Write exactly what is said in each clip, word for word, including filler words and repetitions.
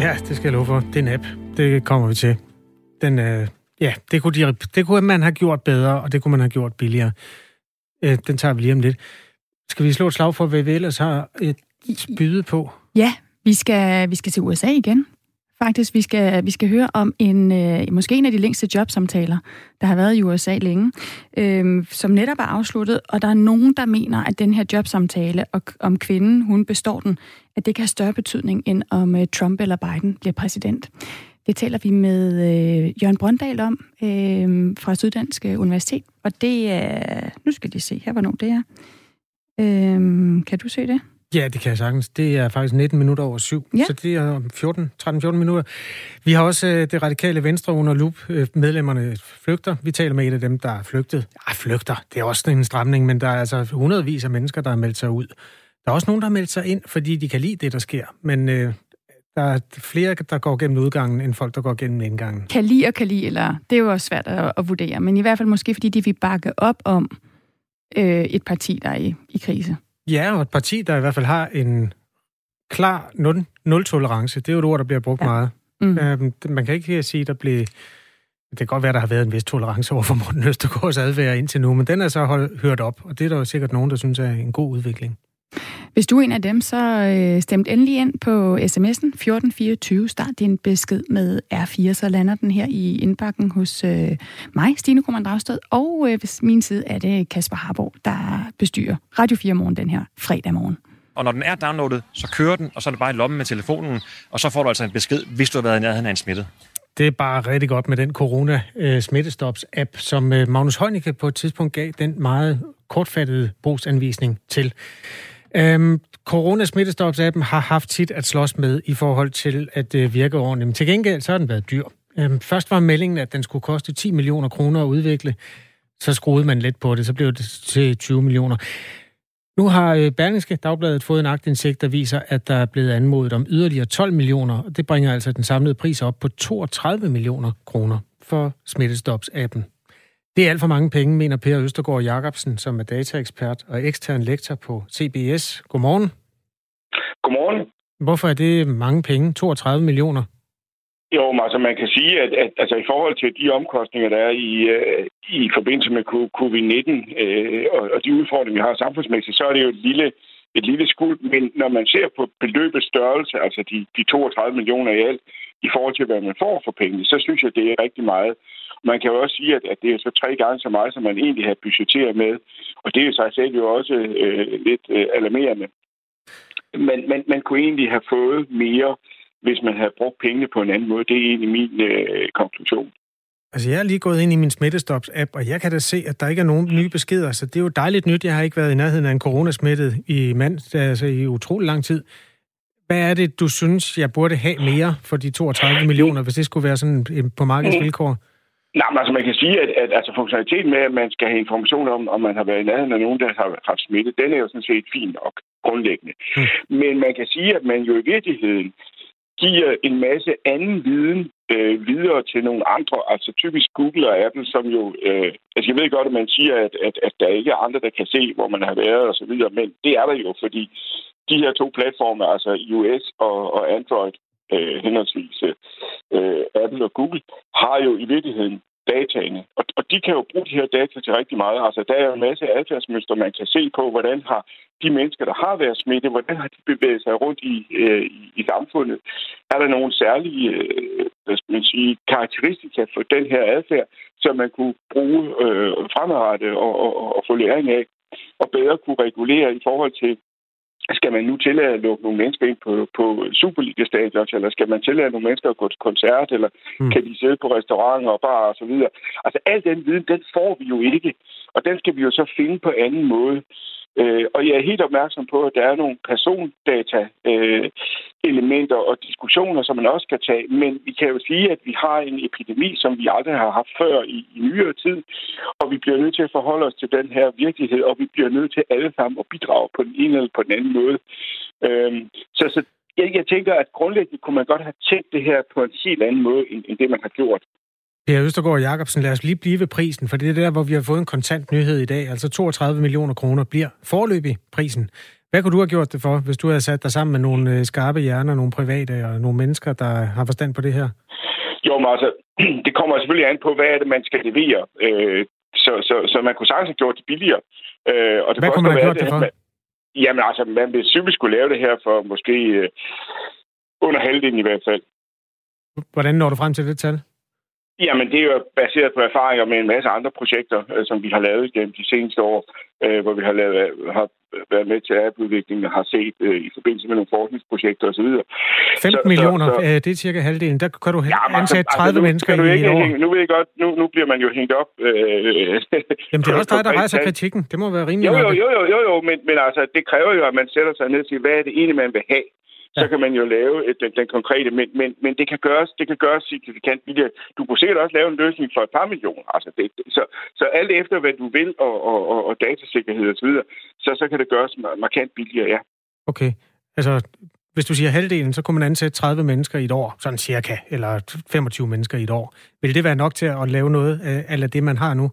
Ja, det skal jeg love for. Det er en app. Det kommer vi til. Den, øh, ja, det kunne, de, det kunne man have gjort bedre, og det kunne man have gjort billigere. Øh, den tager vi lige om lidt. Skal vi slå et slag for, hvad vi ellers har et byde på? Ja, vi skal, vi skal til U S A igen. Faktisk, vi skal, vi skal høre om en, øh, måske en af de længste jobsamtaler, der har været i U S A længe, øh, som netop er afsluttet, og der er nogen, der mener, at den her jobsamtale og, om kvinden, hun består den, at det kan have større betydning, end om øh, Trump eller Biden bliver præsident. Det taler vi med øh, Jørgen Brøndal om øh, fra Syddansk Universitet, og det er, nu skal de se her, hvornår det er. Øh, kan du se det? Ja, det kan jeg sagtens. Det er faktisk nitten minutter over syv, ja. Så det er fjorten, tretten fjorten minutter. Vi har også øh, det radikale Venstre under lup. Øh, medlemmerne flygter. Vi taler med et af dem, der er flygtet. Ej, flygter. Det er også en stramning, men der er altså hundredvis af mennesker, der har meldt sig ud. Der er også nogen, der har meldt sig ind, fordi de kan lide det, der sker. Men øh, der er flere, der går gennem udgangen, end folk, der går gennem indgangen. Kan lide og kan lide, eller det er jo også svært at, at vurdere. Men i hvert fald måske, fordi de vil bakke op om øh, et parti, der er i, i krise. Ja, og et parti, der i hvert fald har en klar nul-tolerance. Det er jo et ord, der bliver brugt ja. meget. Mm. Øhm, man kan ikke sige, der blev... Det kan godt være, der har været en vis tolerance over for Morten Østergaards adfærd indtil nu, men den er så holdt, hørt op, og det er der jo sikkert nogen, der synes er en god udvikling. Hvis du er en af dem, så øh, stemt endelig ind på sms'en fjorten fireogtyve. Start din besked med R fire, så lander den her i indbakken hos øh, mig, Stine Krohmann Dragsted, og øh, ved min side er det Kasper Harborg, der bestyrer Radio fire morgen den her fredag morgen. Og når den er downloadet, så kører den, og så er det bare i lommen med telefonen, og så får du altså en besked, hvis du har været i nærheden af en smittet. Det er bare rigtig godt med den corona-smittestops-app, som Magnus Heunicke på et tidspunkt gav den meget kortfattede brugsanvisning til. Øhm, Corona-smittestops-appen har haft sit at slås med i forhold til at øh, virke ordentligt. Men til gengæld så har den været dyr. Øhm, først var meldingen, at den skulle koste ti millioner kroner at udvikle. Så skruede man lidt på det, så blev det til tyve millioner. Nu har øh, Berlingske Dagbladet fået en aktindsigt, der viser, at der er blevet anmodet om yderligere tolv millioner. Og det bringer altså den samlede pris op på toogtredive millioner kroner for smittestops-appen. Det er alt for mange penge, mener Per Østergaard Jacobsen, som er dataekspert og ekstern lektor på C B S. Godmorgen. Godmorgen. Hvorfor er det mange penge? toogtredive millioner? Jo, men altså man kan sige, at, at altså, i forhold til de omkostninger, der er i, øh, i forbindelse med covid nitten øh, og, og de udfordringer, vi har samfundsmæssigt, så er det jo et lille, et lille skuld. Men når man ser på beløbets størrelse, altså de, de toogtredive millioner i alt, i forhold til, hvad man får for penge, så synes jeg, det er rigtig meget. Man kan jo også sige, at, at det er så tre gange så meget, som man egentlig har budgetteret med. Og det er jo sig selv jo også øh, lidt øh, alarmerende. Men man, man kunne egentlig have fået mere, hvis man havde brugt pengene på en anden måde. Det er egentlig min øh, konklusion. Altså, jeg er lige gået ind i min Smittestops-app, og jeg kan da se, at der ikke er nogen nye beskeder. Så det er jo dejligt nyt. Jeg har ikke været i nærheden af en coronasmittet i mand, altså i utrolig lang tid. Hvad er det, du synes, jeg burde have mere for de toogtredive millioner, hvis det skulle være sådan på markedsvilkår? Nej, men altså man kan sige, at, at altså, funktionaliteten med, at man skal have information om, om man har været i nærheden af nogen, der har haft smitte, den er jo sådan set fin nok grundlæggende. Mm. Men man kan sige, at man jo i virkeligheden giver en masse anden viden øh, videre til nogle andre, altså typisk Google og Apple, som jo, øh, altså jeg ved godt, at man siger, at, at, at der ikke er andre, der kan se, hvor man har været og så videre, men det er der jo, fordi de her to platforme, altså iOS og, og Android, øh, henholdsvis øh, Apple og Google, har jo i virkeligheden dataene. Og, og de kan jo bruge de her data til rigtig meget. Altså, der er jo en masse adfærdsmønstre, man kan se på, hvordan har de mennesker, der har været smittet, hvordan har de bevæget sig rundt i, øh, i, i samfundet? Er der nogle særlige øh, hvad skal man sige, karakteristika for den her adfærd, som man kunne bruge øh, fremadrettet og, og, og få læring af, og bedre kunne regulere i forhold til, skal man nu tillade at lukke nogle mennesker ind på, på Superliga-stadion, eller skal man tillade nogle mennesker at gå til koncert, eller mm. kan de sidde på restauranter og bar og så videre. Altså al den viden, den får vi jo ikke, og den skal vi jo så finde på anden måde. Øh, og jeg er helt opmærksom på, at der er nogle persondata-elementer øh, og diskussioner, som man også kan tage, men vi kan jo sige, at vi har en epidemi, som vi aldrig har haft før i, i nyere tid, og vi bliver nødt til at forholde os til den her virkelighed, og vi bliver nødt til alle sammen at bidrage på den ene eller på den anden måde. Øh, så så jeg, jeg tænker, at grundlæggende kunne man godt have tænkt det her på en helt anden måde, end, end det man har gjort. Per Østergaard Jacobsen, lad os lige blive ved prisen, for det er der, hvor vi har fået en kontant nyhed i dag. Altså toogtredive millioner kroner bliver foreløbig prisen Hvad kunne du have gjort det for, hvis du havde sat dig sammen med nogle skarpe hjerner, nogle private og nogle mennesker, der har forstand på det her? Jo, men altså, det kommer selvfølgelig an på, hvad er det, man skal levere. Øh, så, så, så man kunne sagtens have gjort det billigere. Øh, og det hvad kunne man have gjort det, det for? Man, jamen altså, man vil typisk skulle lave det her for måske øh, under halvdelen i hvert fald. Hvordan når du frem til det tal? Jamen, det er jo baseret på erfaringer med en masse andre projekter, øh, som vi har lavet gennem de seneste år, øh, hvor vi har, lavet, har været med til app-udviklingen og har set øh, i forbindelse med nogle forskningsprojekter osv. femten millioner, så, så, det er cirka halvdelen. Der kan du ja, ansætte tredive altså, nu, mennesker i et år. Hænge, nu ved jeg godt, nu, nu bliver man jo hængt op. Øh, Jamen, det er også dig, der rejser kritikken. Det må være rimeligt. Jo, jo, jo, jo, jo, jo men, men altså, det kræver jo, at man sætter sig ned og siger, hvad er det egentlig, man vil have? Så kan man jo lave et, den, den konkrete, men, men, men det kan gøres, det kan gøres signifikant billigere. Du kunne sikkert også lave en løsning for et par millioner. Altså det, så, så alt efter, hvad du vil, og, og, og, og datasikkerhed og så videre, så, så kan det gøres markant billigere, ja. Okay. Altså, hvis du siger halvdelen, så kunne man ansætte tredive mennesker i et år, sådan cirka, eller femogtyve mennesker i et år. Vil det være nok til at lave noget af det, man har nu?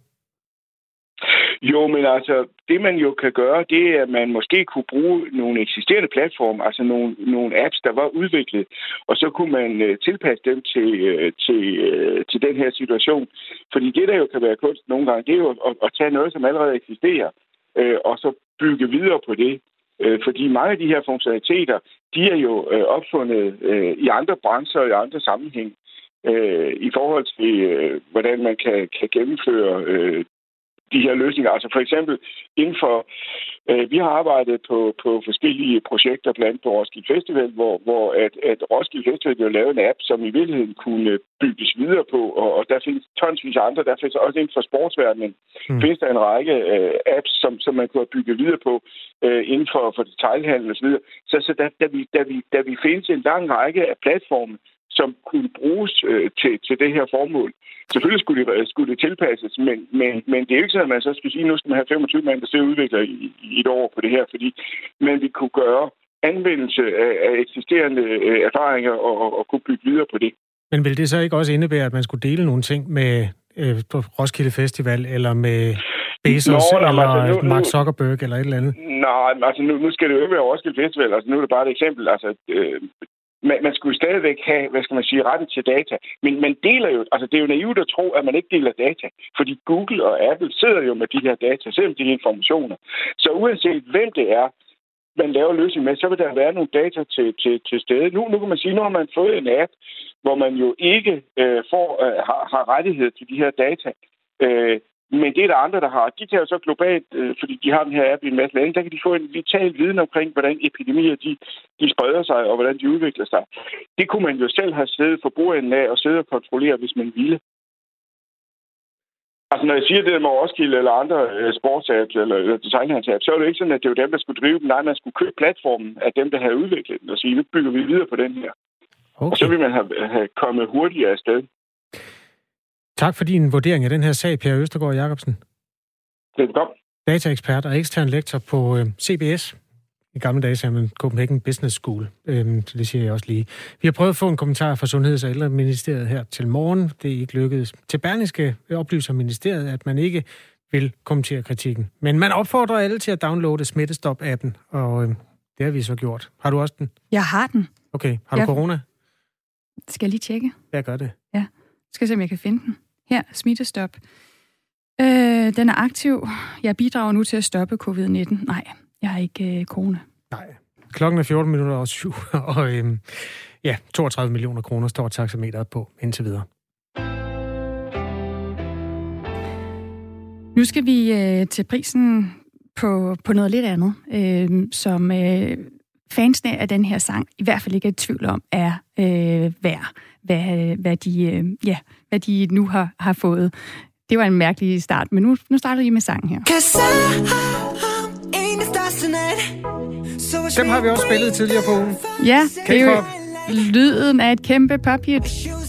Jo, men altså, det man jo kan gøre, det er, at man måske kunne bruge nogle eksisterende platforme, altså nogle, nogle apps, der var udviklet, og så kunne man uh, tilpasse dem til, uh, til, uh, til den her situation. Fordi det, der jo kan være kunst nogle gange, det er jo at, at tage noget, som allerede eksisterer, uh, og så bygge videre på det. Uh, fordi mange af de her funktionaliteter, de er jo uh, opfundet uh, i andre brancher og i andre sammenhæng, uh, i forhold til, uh, hvordan man kan, kan gennemføre uh, de her løsninger. Altså for eksempel inden for, øh, vi har arbejdet på, på forskellige projekter, blandt andet på Roskilde Festival, hvor, hvor at, at Roskilde Festival jo lavede en app, som i virkeligheden kunne bygges videre på, og, og der findes tonsvis af andre. Der findes også inden for sportsverdenen, mm. findes der en række øh, apps, som, som man kunne bygge videre på øh, inden for, for detailhandel og så videre. Så, så da, da, vi, da, vi, da vi findes en lang række af platforme, som kunne bruges øh, til, til det her formål. Selvfølgelig skulle det, skulle det tilpasses, men, men, men det er jo ikke sådan, at man så skal sige, at nu skal man have femogtyve mand, der ser udvikler i, i et år på det her, fordi man vi kunne gøre anvendelse af, af eksisterende øh, erfaringer og, og, og kunne bygge videre på det. Men vil det så ikke også indebære, at man skulle dele nogle ting med øh, på Roskilde Festival, eller med Bezos, Nå, eller altså, nu, Mark Zuckerberg, eller et eller andet? Nej, altså nu, nu skal det jo ikke være Roskilde Festival. Altså nu er det bare et eksempel. Altså... Øh, Man skulle stadigvæk have, hvad skal man sige, retten til data. Men man deler jo, altså det er jo naivt at tro, at man ikke deler data. Fordi Google og Apple sidder jo med de her data, sidder med de her informationer. Så uanset hvem det er, man laver løsning med, så vil der være nogle data til, til, til stede. Nu, nu kan man sige, nu har man fået en app, hvor man jo ikke øh, får, øh, har, har rettighed til de her data. Øh, Men det er der andre, der har. De kan jo så globalt, øh, fordi de har den her app i en masse lande, der kan de få en vital viden omkring, hvordan epidemier de, de spreder sig, og hvordan de udvikler sig. Det kunne man jo selv have siddet for bordenden af og sidde og kontrollere, hvis man ville. Altså, når jeg siger det med Roskilde eller andre øh, sportsapps eller, eller designhandsapps, så er det ikke sådan, at det var dem, der skulle drive dem. Nej, man skulle købe platformen af dem, der havde udviklet den, og sige, nu bygger vi videre på den her. Okay. Og så vil man have, have kommet hurtigere afsted. Tak for din vurdering af den her sag, Per Østergaard Jacobsen. Velkommen. Dataekspert og ekstern lektor på øh, C B S. I gamle dage sagde man Copenhagen Business School, øhm, så det siger jeg også lige. Vi har prøvet at få en kommentar fra Sundheds- og Ældreministeriet her til morgen. Det er ikke lykkedes. Til Berlingske oplyser ministeriet, at man ikke vil kommentere kritikken. Men man opfordrer alle til at downloade Smittestop-appen, og øh, det har vi så gjort. Har du også den? Jeg har den. Okay. Har du jeg... corona? Skal jeg lige tjekke? Jeg gør det. Ja. Skal jeg se, om jeg kan finde den. Her, Smittestop. Øh, den er aktiv. Jeg bidrager nu til at stoppe covid nitten. Nej, jeg har ikke øh, corona. Nej. Klokken er fjorten minutter over syv, og øh, ja, toogtredive millioner kroner står taxameteret på indtil videre. Nu skal vi øh, til prisen på, på noget lidt andet, øh, som øh, fansene af den her sang i hvert fald ikke er i tvivl om, er øh, værd. Hvad, hvad, de, øh, ja, hvad de nu har, har fået. Det var en mærkelig start, men nu, nu starter vi med sangen her. Dem har vi også spillet tidligere på ugen. Ja, det er jo lyden af et kæmpe pophit.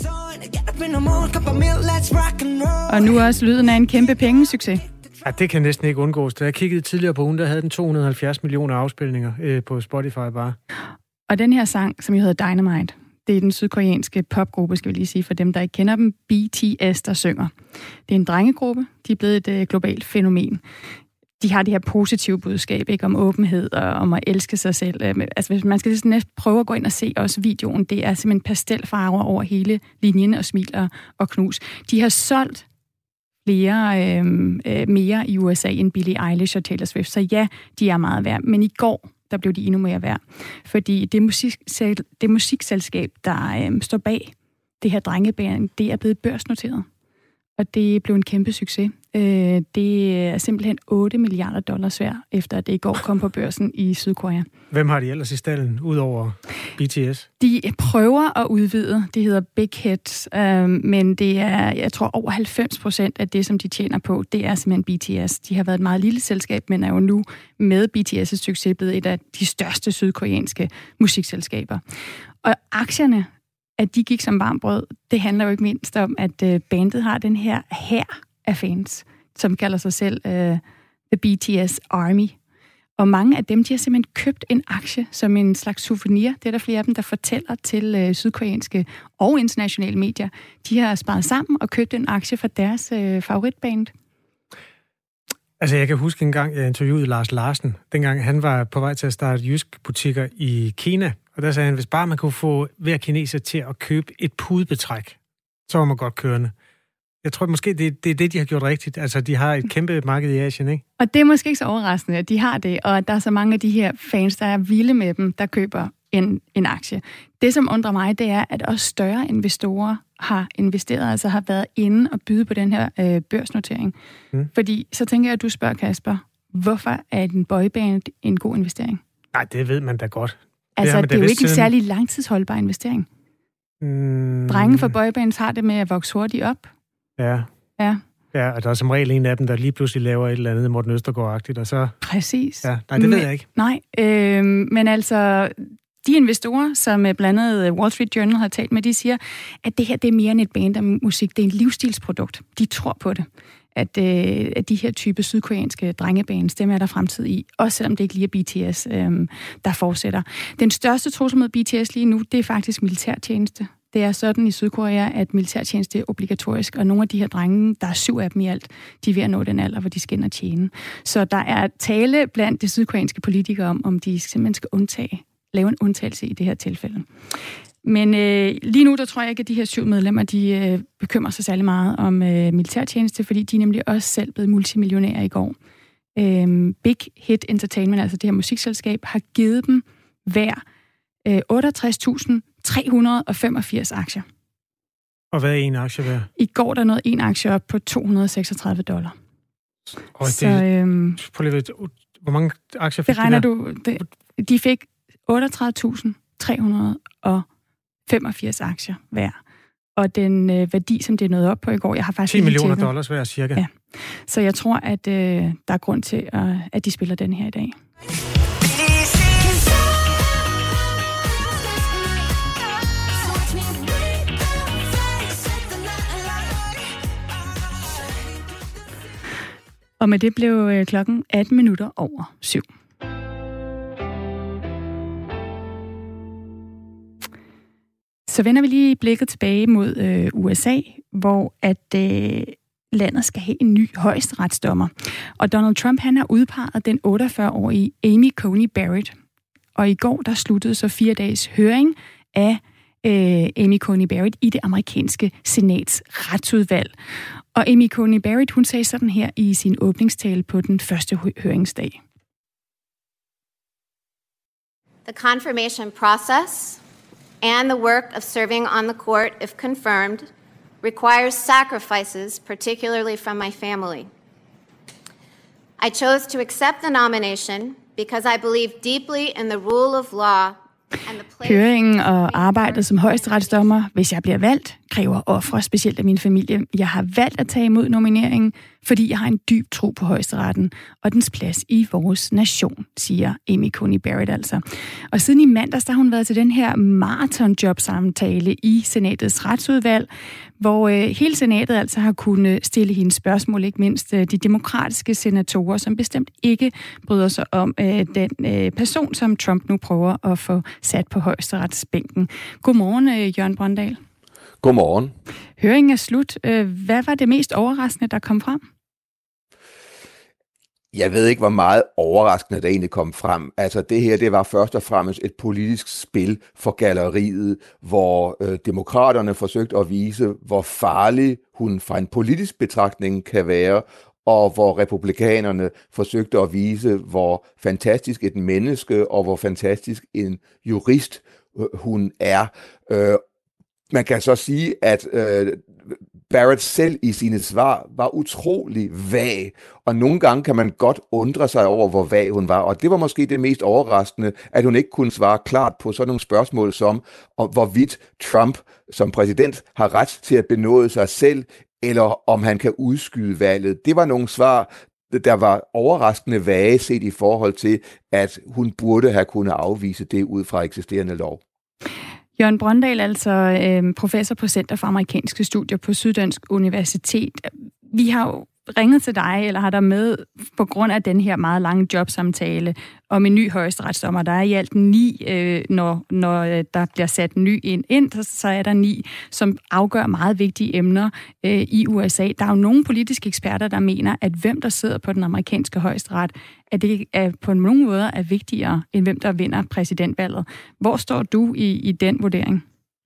Og nu også lyden af en kæmpe pengesucces. Ja, det kan næsten ikke undgås. Da jeg kiggede tidligere på ugen, der havde den to hundrede og halvfjerds millioner afspilninger øh, på Spotify bare. Og den her sang, som jo hedder Dynamite, det er den sydkoreanske popgruppe, skal vi lige sige, for dem, der ikke kender dem, B T S, der synger. Det er en drengegruppe. De er blevet et øh, globalt fænomen. de har det her positive budskab, ikke, om åbenhed og om at elske sig selv. Altså, hvis man skal næsten prøve at gå ind og se også videoen, det er simpelthen pastelfarver over hele linjen og smiler og knus. De har solgt flere øh, mere i U S A end Billie Eilish og Taylor Swift, så ja, de er meget værd. Men i går, der blev de endnu mere værd, fordi det, musik, det musikselskab, der øh, står bag det her drengeband, det er blevet børsnoteret. Og det blev en kæmpe succes. Det er simpelthen otte milliarder dollars værd, efter at det i går kom på børsen i Sydkorea. Hvem har de ellers i stallen, udover B T S? De prøver at udvide. Det hedder Big Hits, men det er, jeg tror, over halvfems procent af det, som de tjener på, det er simpelthen B T S. De har været et meget lille selskab, men er jo nu med B T S' succes blevet et af de største sydkoreanske musikselskaber. Og aktierne, at de gik som varmbrød, det handler jo ikke mindst om, at bandet har den her hær af fans, som kalder sig selv uh, The B T S Army. Og mange af dem, de har simpelthen købt en aktie som en slags souvenir. Det er der flere af dem, der fortæller til uh, sydkoreanske og internationale medier. De har sparet sammen og købt en aktie for deres uh, favoritband. Altså, jeg kan huske en gang, jeg interviewede Lars Larsen, dengang han var på vej til at starte jysk butikker i Kina. Og der sagde han, hvis bare man kunne få hver kineser til at købe et pudebetræk, så var man godt kørende. Jeg tror måske, det, det er det, de har gjort rigtigt. Altså, de har et kæmpe marked i Asien, ikke? Og det er måske ikke så overraskende, at de har det, og at der er så mange af de her fans, der er vilde med dem, der køber en, en aktie. Det, som undrer mig, det er, at også større investorer har investeret, altså har været inde og byde på den her øh, børsnotering. Hmm. Fordi så tænker jeg, at du spørger, Kasper, hvorfor er en boyband en god investering? Nej, det ved man da godt. Altså, det er, det er jo ikke en særlig langtidsholdbar investering. Mm. Drenge fra boybands har det med at vokse hurtigt op. Ja. Ja. Ja, og der er som regel en af dem, der lige pludselig laver et eller andet Morten Østergaard-agtigt, og så... Præcis. Ja, nej, det men, ved jeg ikke. Nej, øh, men altså, de investorer, som blandt andet Wall Street Journal har talt med, de siger, at det her, det er mere end et band af musik, det er en livsstilsprodukt. De tror på det. At, øh, at de her type sydkoreanske drengebands, dem er der fremtid i, også selvom det ikke lige er B T S, øh, der fortsætter. Den største trussel mod B T S lige nu, det er faktisk militærtjeneste. Det er sådan i Sydkorea, at militærtjeneste er obligatorisk, og nogle af de her drenge, der er syv af dem i alt, de er ved at nå den alder, hvor de skal ind og tjene. Så der er tale blandt de sydkoreanske politikere om, om de simpelthen skal undtage, lave en undtagelse i det her tilfælde. Men øh, lige nu, der tror jeg ikke, at de her syv medlemmer, de øh, bekymrer sig særlig meget om øh, militærtjeneste, fordi de er nemlig også selv blevet multimillionærer i går. Øh, Big Hit Entertainment, altså det her musikselskab, har givet dem hver øh, otteogtres tusind tre hundrede og femogfirs aktier. Og hvad er en aktie værd? I går der nåede en aktie op på to hundrede og seksogtredive dollar. Og det, Så, øhm, hvor mange aktier fik det regner de der? du, det, de fik otteogtredive tusind tre hundrede og femogfirs aktier hver. Og den øh, værdi, som det er nået op på i går, jeg har faktisk ti millioner dollars hver, cirka. Ja. Så jeg tror, at øh, der er grund til, at, at de spiller den her i dag. Og med det blev øh, klokken atten minutter over syv. Så vender vi lige blikket tilbage mod øh, U S A, hvor at øh, landet skal have en ny højesteretsdommer. Og Donald Trump, han har udpeget den otteogfyrre-årige Amy Coney Barrett. Og i går, der sluttede så fire dages høring af øh, Amy Coney Barrett i det amerikanske senats retsudvalg. Og Amy Coney Barrett, hun sagde sådan her i sin åbningstale på den første høringsdag. The confirmation process and the work of serving on the court, if confirmed, requires sacrifices, particularly from my family. I chose to accept the nomination because I believe deeply in the rule of law. Høringen og arbejdet som højesteretsdommer, hvis jeg bliver valgt, kræver ofre, specielt af min familie. Jeg har valgt at tage imod nomineringen, fordi jeg har en dyb tro på højesteretten og dens plads i vores nation, siger Amy Coney Barrett altså. Og siden i mandags, der har hun været til den her marathonjob-samtale i senatets retsudvalg, hvor øh, hele senatet altså har kunnet stille hende spørgsmål, ikke mindst øh, de demokratiske senatorer, som bestemt ikke bryder sig om øh, den øh, person, som Trump nu prøver at få sat på højesteretsbænken. Godmorgen, øh, Jørgen Brøndal. Godmorgen. Høringen er slut. Hvad var det mest overraskende, der kom frem? Jeg ved ikke, hvor meget overraskende der egentlig kom frem. Altså det her, det var først og fremmest et politisk spil for galleriet, hvor øh, demokraterne forsøgte at vise, hvor farlig hun fra en politisk betragtning kan være, og hvor republikanerne forsøgte at vise, hvor fantastisk et menneske og hvor fantastisk en jurist øh, hun er. Øh, man kan så sige, at øh, Barrett selv i sine svar var utrolig vag, og nogle gange kan man godt undre sig over, hvor vag hun var, og det var måske det mest overraskende, at hun ikke kunne svare klart på sådan nogle spørgsmål som, om hvorvidt Trump som præsident har ret til at benåde sig selv, eller om han kan udskyde valget. Det var nogle svar, der var overraskende vage set i forhold til, at hun burde have kunnet afvise det ud fra eksisterende lov. Jørgen Brøndal, altså øh, professor på Center for Amerikanske Studier på Syddansk Universitet. Vi har jo ringet til dig, eller har der med på grund af den her meget lange jobsamtale om en ny højesteretsdommer. Der er i alt ni, øh, når, når der bliver sat en ny ind, ind, så er der ni, som afgør meget vigtige emner øh, i U S A. Der er jo nogle politiske eksperter, der mener, at hvem der sidder på den amerikanske højesteret, at det er på nogle måder er vigtigere, end hvem der vinder præsidentvalget. Hvor står du i, i den vurdering?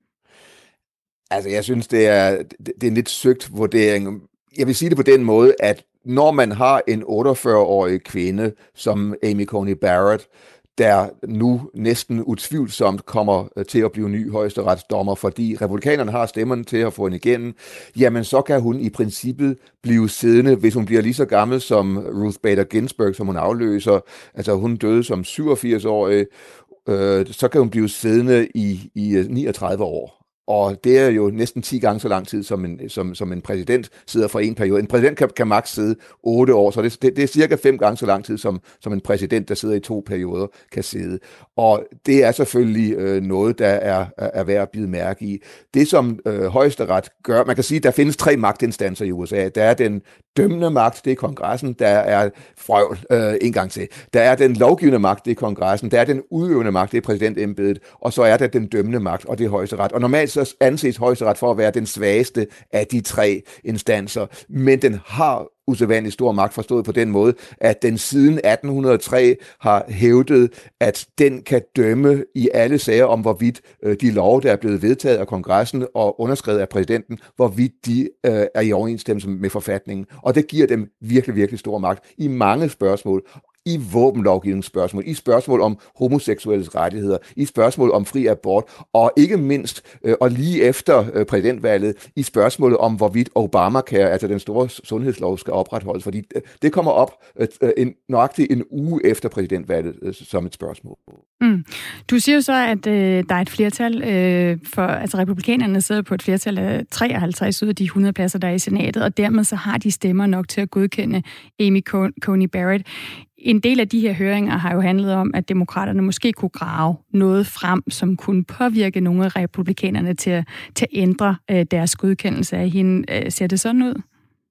Altså, jeg synes, det er, det er en lidt søgt vurdering. Jeg vil sige det på den måde, at når man har en otteogfyrre-årig kvinde som Amy Coney Barrett, der nu næsten utvivlsomt kommer til at blive ny højesteretsdommer, fordi republikanerne har stemmerne til at få hende igennem, jamen så kan hun i princippet blive siddende, hvis hun bliver lige så gammel som Ruth Bader Ginsburg, som hun afløser. Altså hun døde som syvogfirs-årig, øh, så kan hun blive siddende i, i niogtredive år. Og det er jo næsten ti gange så lang tid, som en, som, som en præsident sidder for en periode. En præsident kan, kan maks sidde otte år, så det, det, det er cirka fem gange så lang tid, som, som en præsident, der sidder i to perioder, kan sidde. Og det er selvfølgelig øh, noget, der er, er værd at bide mærke i. Det, som øh, højesteret gør, man kan sige, at der findes tre magtinstanser i U S A. Der er den dømmende magt, det er kongressen, der er frøvl øh, en gang til. Der er den lovgivende magt, det er kongressen. Der er den udøvende magt, det er præsidentembedet. Og så er der den dømmende magt, og det er højesteret. Og normalt så anses højesteret for at være den svageste af de tre instanser, men den har usædvanligt stor magt, forstået på den måde, at den siden atten hundrede og tre har hævdet, at den kan dømme i alle sager om, hvorvidt øh, de love, der er blevet vedtaget af kongressen og underskrevet af præsidenten, hvorvidt de øh, er i overensstemmelse med forfatningen. Og det giver dem virkelig, virkelig stor magt i mange spørgsmål. I våbenlovgivningsspørgsmål, i spørgsmål om homoseksuelles rettigheder, i spørgsmål om fri abort, og ikke mindst, øh, og lige efter øh, præsidentvalget, i spørgsmålet om, hvorvidt Obamacare, altså den store sundhedslov, skal opretholdes, fordi øh, det kommer op øh, en, nøjagtigt en uge efter præsidentvalget øh, som et spørgsmål. Mm. Du siger jo så, at øh, der er et flertal, øh, for, altså republikanerne sidder på et flertal af treoghalvtreds ud af de hundrede pladser, der er i senatet, og dermed så har de stemmer nok til at godkende Amy Coney Barrett. En del af de her høringer har jo handlet om, at demokraterne måske kunne grave noget frem, som kunne påvirke nogle af republikanerne til at, til at ændre øh, deres godkendelse af hende. Øh, ser det sådan ud?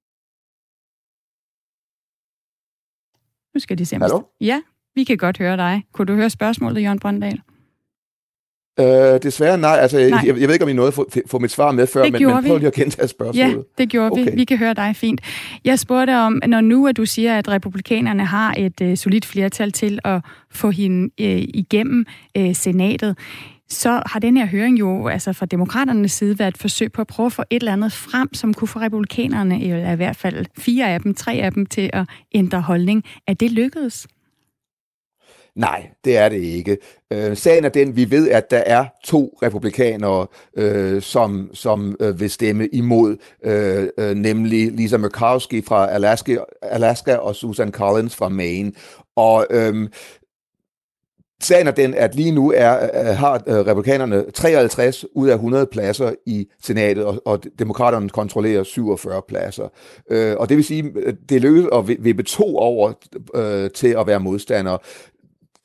Nu skal de se. Hallo? Ja, vi kan godt høre dig. Kunne du høre spørgsmålet, Jørgen Brøndal? Øh, desværre nej. Altså, nej. Jeg, jeg ved ikke, om I nåede at få, få mit svar med før, men, men prøv lige at gentage spørgsmålet. Ja, det gjorde okay. vi. Vi kan høre dig fint. Jeg spurgte om, når nu at du siger, at republikanerne har et uh, solidt flertal til at få hende uh, igennem uh, senatet, så har den her høring jo altså fra demokraternes side været et forsøg på at prøve at få et eller andet frem, som kunne få republikanerne, eller i hvert fald fire af dem, tre af dem, til at ændre holdning. Er det lykkedes? Nej, det er det ikke. Øh, sagen er den, vi ved, at der er to republikanere, øh, som, som øh, vil stemme imod, øh, øh, nemlig Lisa Murkowski fra Alaska, Alaska og Susan Collins fra Maine. Og øh, sagen er den, at lige nu er, har republikanerne treoghalvtreds ud af hundrede pladser i senatet, og, og demokraterne kontrollerer syvogfyrre pladser. Øh, og det vil sige, det lykkedes at vippe to over øh, til at være modstandere.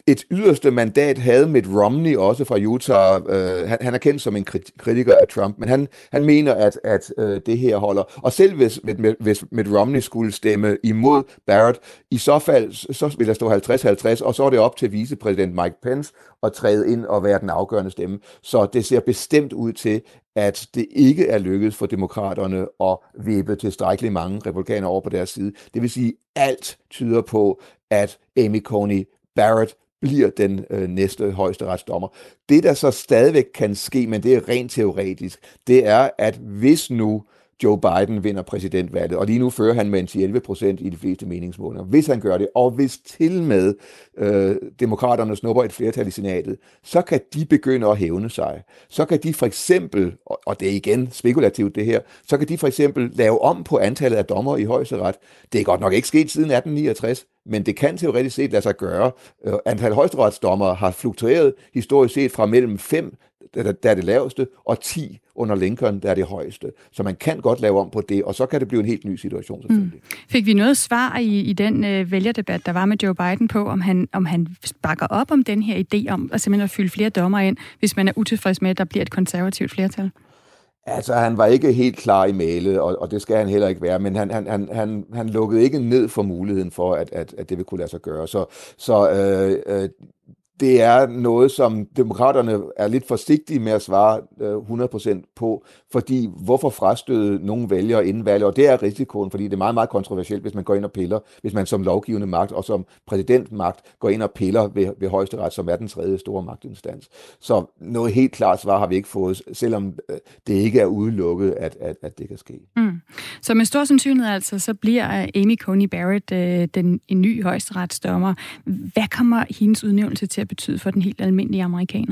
et yderste mandat havde Mitt Romney også fra Utah. Øh, han, han er kendt som en kritiker af Trump, men han, han mener, at, at øh, det her holder. Og selv hvis, hvis Mitt Romney skulle stemme imod Barrett, i så fald så vil der stå halvtreds halvtreds, og så er det op til vicepræsident Mike Pence at træde ind og være den afgørende stemme. Så det ser bestemt ud til, at det ikke er lykkedes for demokraterne at vippe tilstrækkeligt mange republikanere over på deres side. Det vil sige, at alt tyder på, at Amy Coney Barrett bliver den øh, næste højesteretsdommer. Det, der så stadigvæk kan ske, men det er rent teoretisk, det er, at hvis nu Joe Biden vinder præsidentvalget, og lige nu fører han med en ti til elleve procent i de fleste meningsmålinger. Hvis han gør det, og hvis til med øh, demokraterne snupper et flertal i senatet, så kan de begynde at hævne sig. Så kan de for eksempel, og det er igen spekulativt det her, så kan de for eksempel lave om på antallet af dommere i højesteret. Det er godt nok ikke sket siden atten niogtres, men det kan teoretisk set lade sig gøre. Øh, antal højesteretsdommere har fluktueret historisk set fra mellem fem, der er det laveste, og ti under Lincoln, der er det højeste. Så man kan godt lave om på det, og så kan det blive en helt ny situation selvfølgelig. Mm. Fik vi noget svar i, i den øh, vælgerdebat, der var med Joe Biden på, om han, om han bakker op om den her idé om at simpelthen at fylde flere dommer ind, hvis man er utilfreds med, at der bliver et konservativt flertal? Altså, han var ikke helt klar i mailet, og, og det skal han heller ikke være, men han, han, han, han, han lukkede ikke ned for muligheden for, at, at, at det vil kunne lade sig gøre. Så, så øh, øh, det er noget, som demokraterne er lidt forsigtige med at svare hundrede procent på, fordi hvorfor frastøde nogle vælgere inden valget, og det er risikoen, fordi det er meget, meget kontroversielt, hvis man går ind og piller, hvis man som lovgivende magt og som præsidentmagt går ind og piller ved, ved højesteret, som er den tredje store magtinstans. Så noget helt klart svar har vi ikke fået, selvom det ikke er udelukket, at, at, at det kan ske. Mm. Så med stor sandsynlighed altså, så bliver Amy Coney Barrett øh, den, en ny højesteretsdommer. Hvad kommer hendes udnævnelse til at betyde for den helt almindelige amerikaner?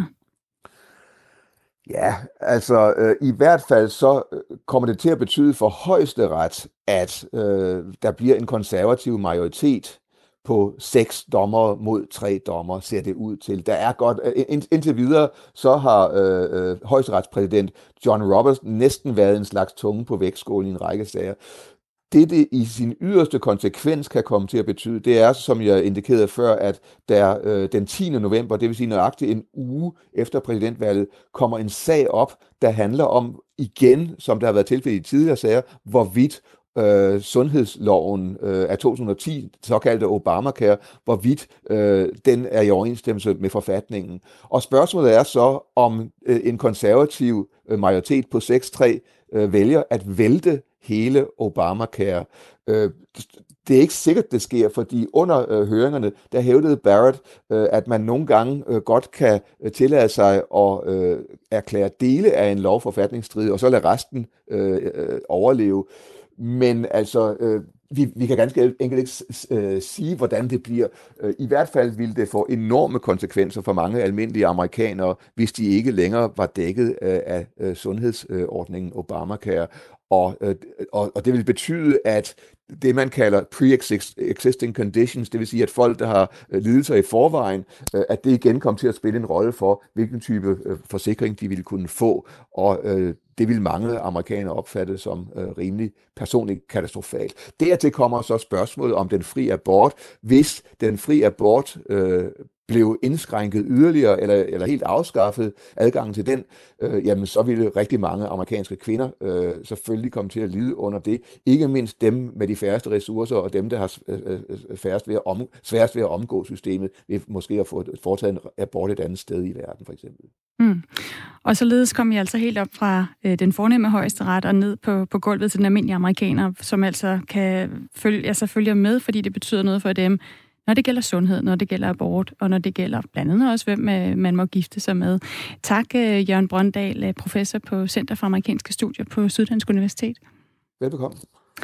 Ja, altså øh, i hvert fald så kommer det til at betyde for højesteret, at øh, der bliver en konservativ majoritet på seks dommer mod tre dommer, ser det ud til. Der er godt, ind, indtil videre, så har øh, øh, højesteretspræsident John Roberts næsten været en slags tunge på vægtskålen i en række sager. Det, det i sin yderste konsekvens kan komme til at betyde, det er, som jeg indikerede før, at der øh, den tiende november, det vil sige nøjagtigt en uge efter præsidentvalget, kommer en sag op, der handler om igen, som der har været tilfældet i tidligere sager, hvorvidt øh, sundhedsloven øh, af to tusind og ti, såkaldte Obamacare, hvorvidt øh, den er i overensstemmelse med forfatningen. Og spørgsmålet er så, om øh, en konservativ øh, majoritet på seks tre øh, vælger at vælte hele Obamacare. Øh, det er ikke sikkert, det sker, fordi under øh, høringerne, der hævdede Barrett, øh, at man nogle gange øh, godt kan øh, tillade sig at øh, erklære dele af en lov forfatningsstridig, og så lade resten øh, øh, overleve. Men altså, øh, vi, vi kan ganske enkelt ikke øh, sige, hvordan det bliver. Øh, I hvert fald ville det få enorme konsekvenser for mange almindelige amerikanere, hvis de ikke længere var dækket øh, af øh, sundhedsordningen Obamacare. Og, og, og det vil betyde, at det, man kalder pre-existing conditions, det vil sige, at folk, der har lidelser i forvejen, at det igen kommer til at spille en rolle for, hvilken type forsikring de ville kunne få. Og øh, det vil mange amerikanere opfatte som øh, rimelig personligt katastrofalt. Dertil kommer så spørgsmålet om den fri abort. Hvis den fri abort øh, blev indskrænket yderligere eller, eller helt afskaffet adgangen til den, øh, jamen så ville rigtig mange amerikanske kvinder øh, selvfølgelig komme til at lide under det. Ikke mindst dem med de færreste ressourcer og dem, der har øh, færrest ved at om, sværest ved at omgå systemet, vil måske have fået foretaget en abort et andet sted i verden, for eksempel. Mm. Og således kom I altså helt op fra øh, den fornemme højesteret og ned på, på gulvet til den almindelige amerikaner, som altså kan følge, altså følge med, fordi det betyder noget for dem, når det gælder sundhed, når det gælder abort, og når det gælder blandt andet også, hvem man må gifte sig med. Tak, Jørgen Brøndal, professor på Center for Amerikanske Studier på Syddansk Universitet. Velbekomme.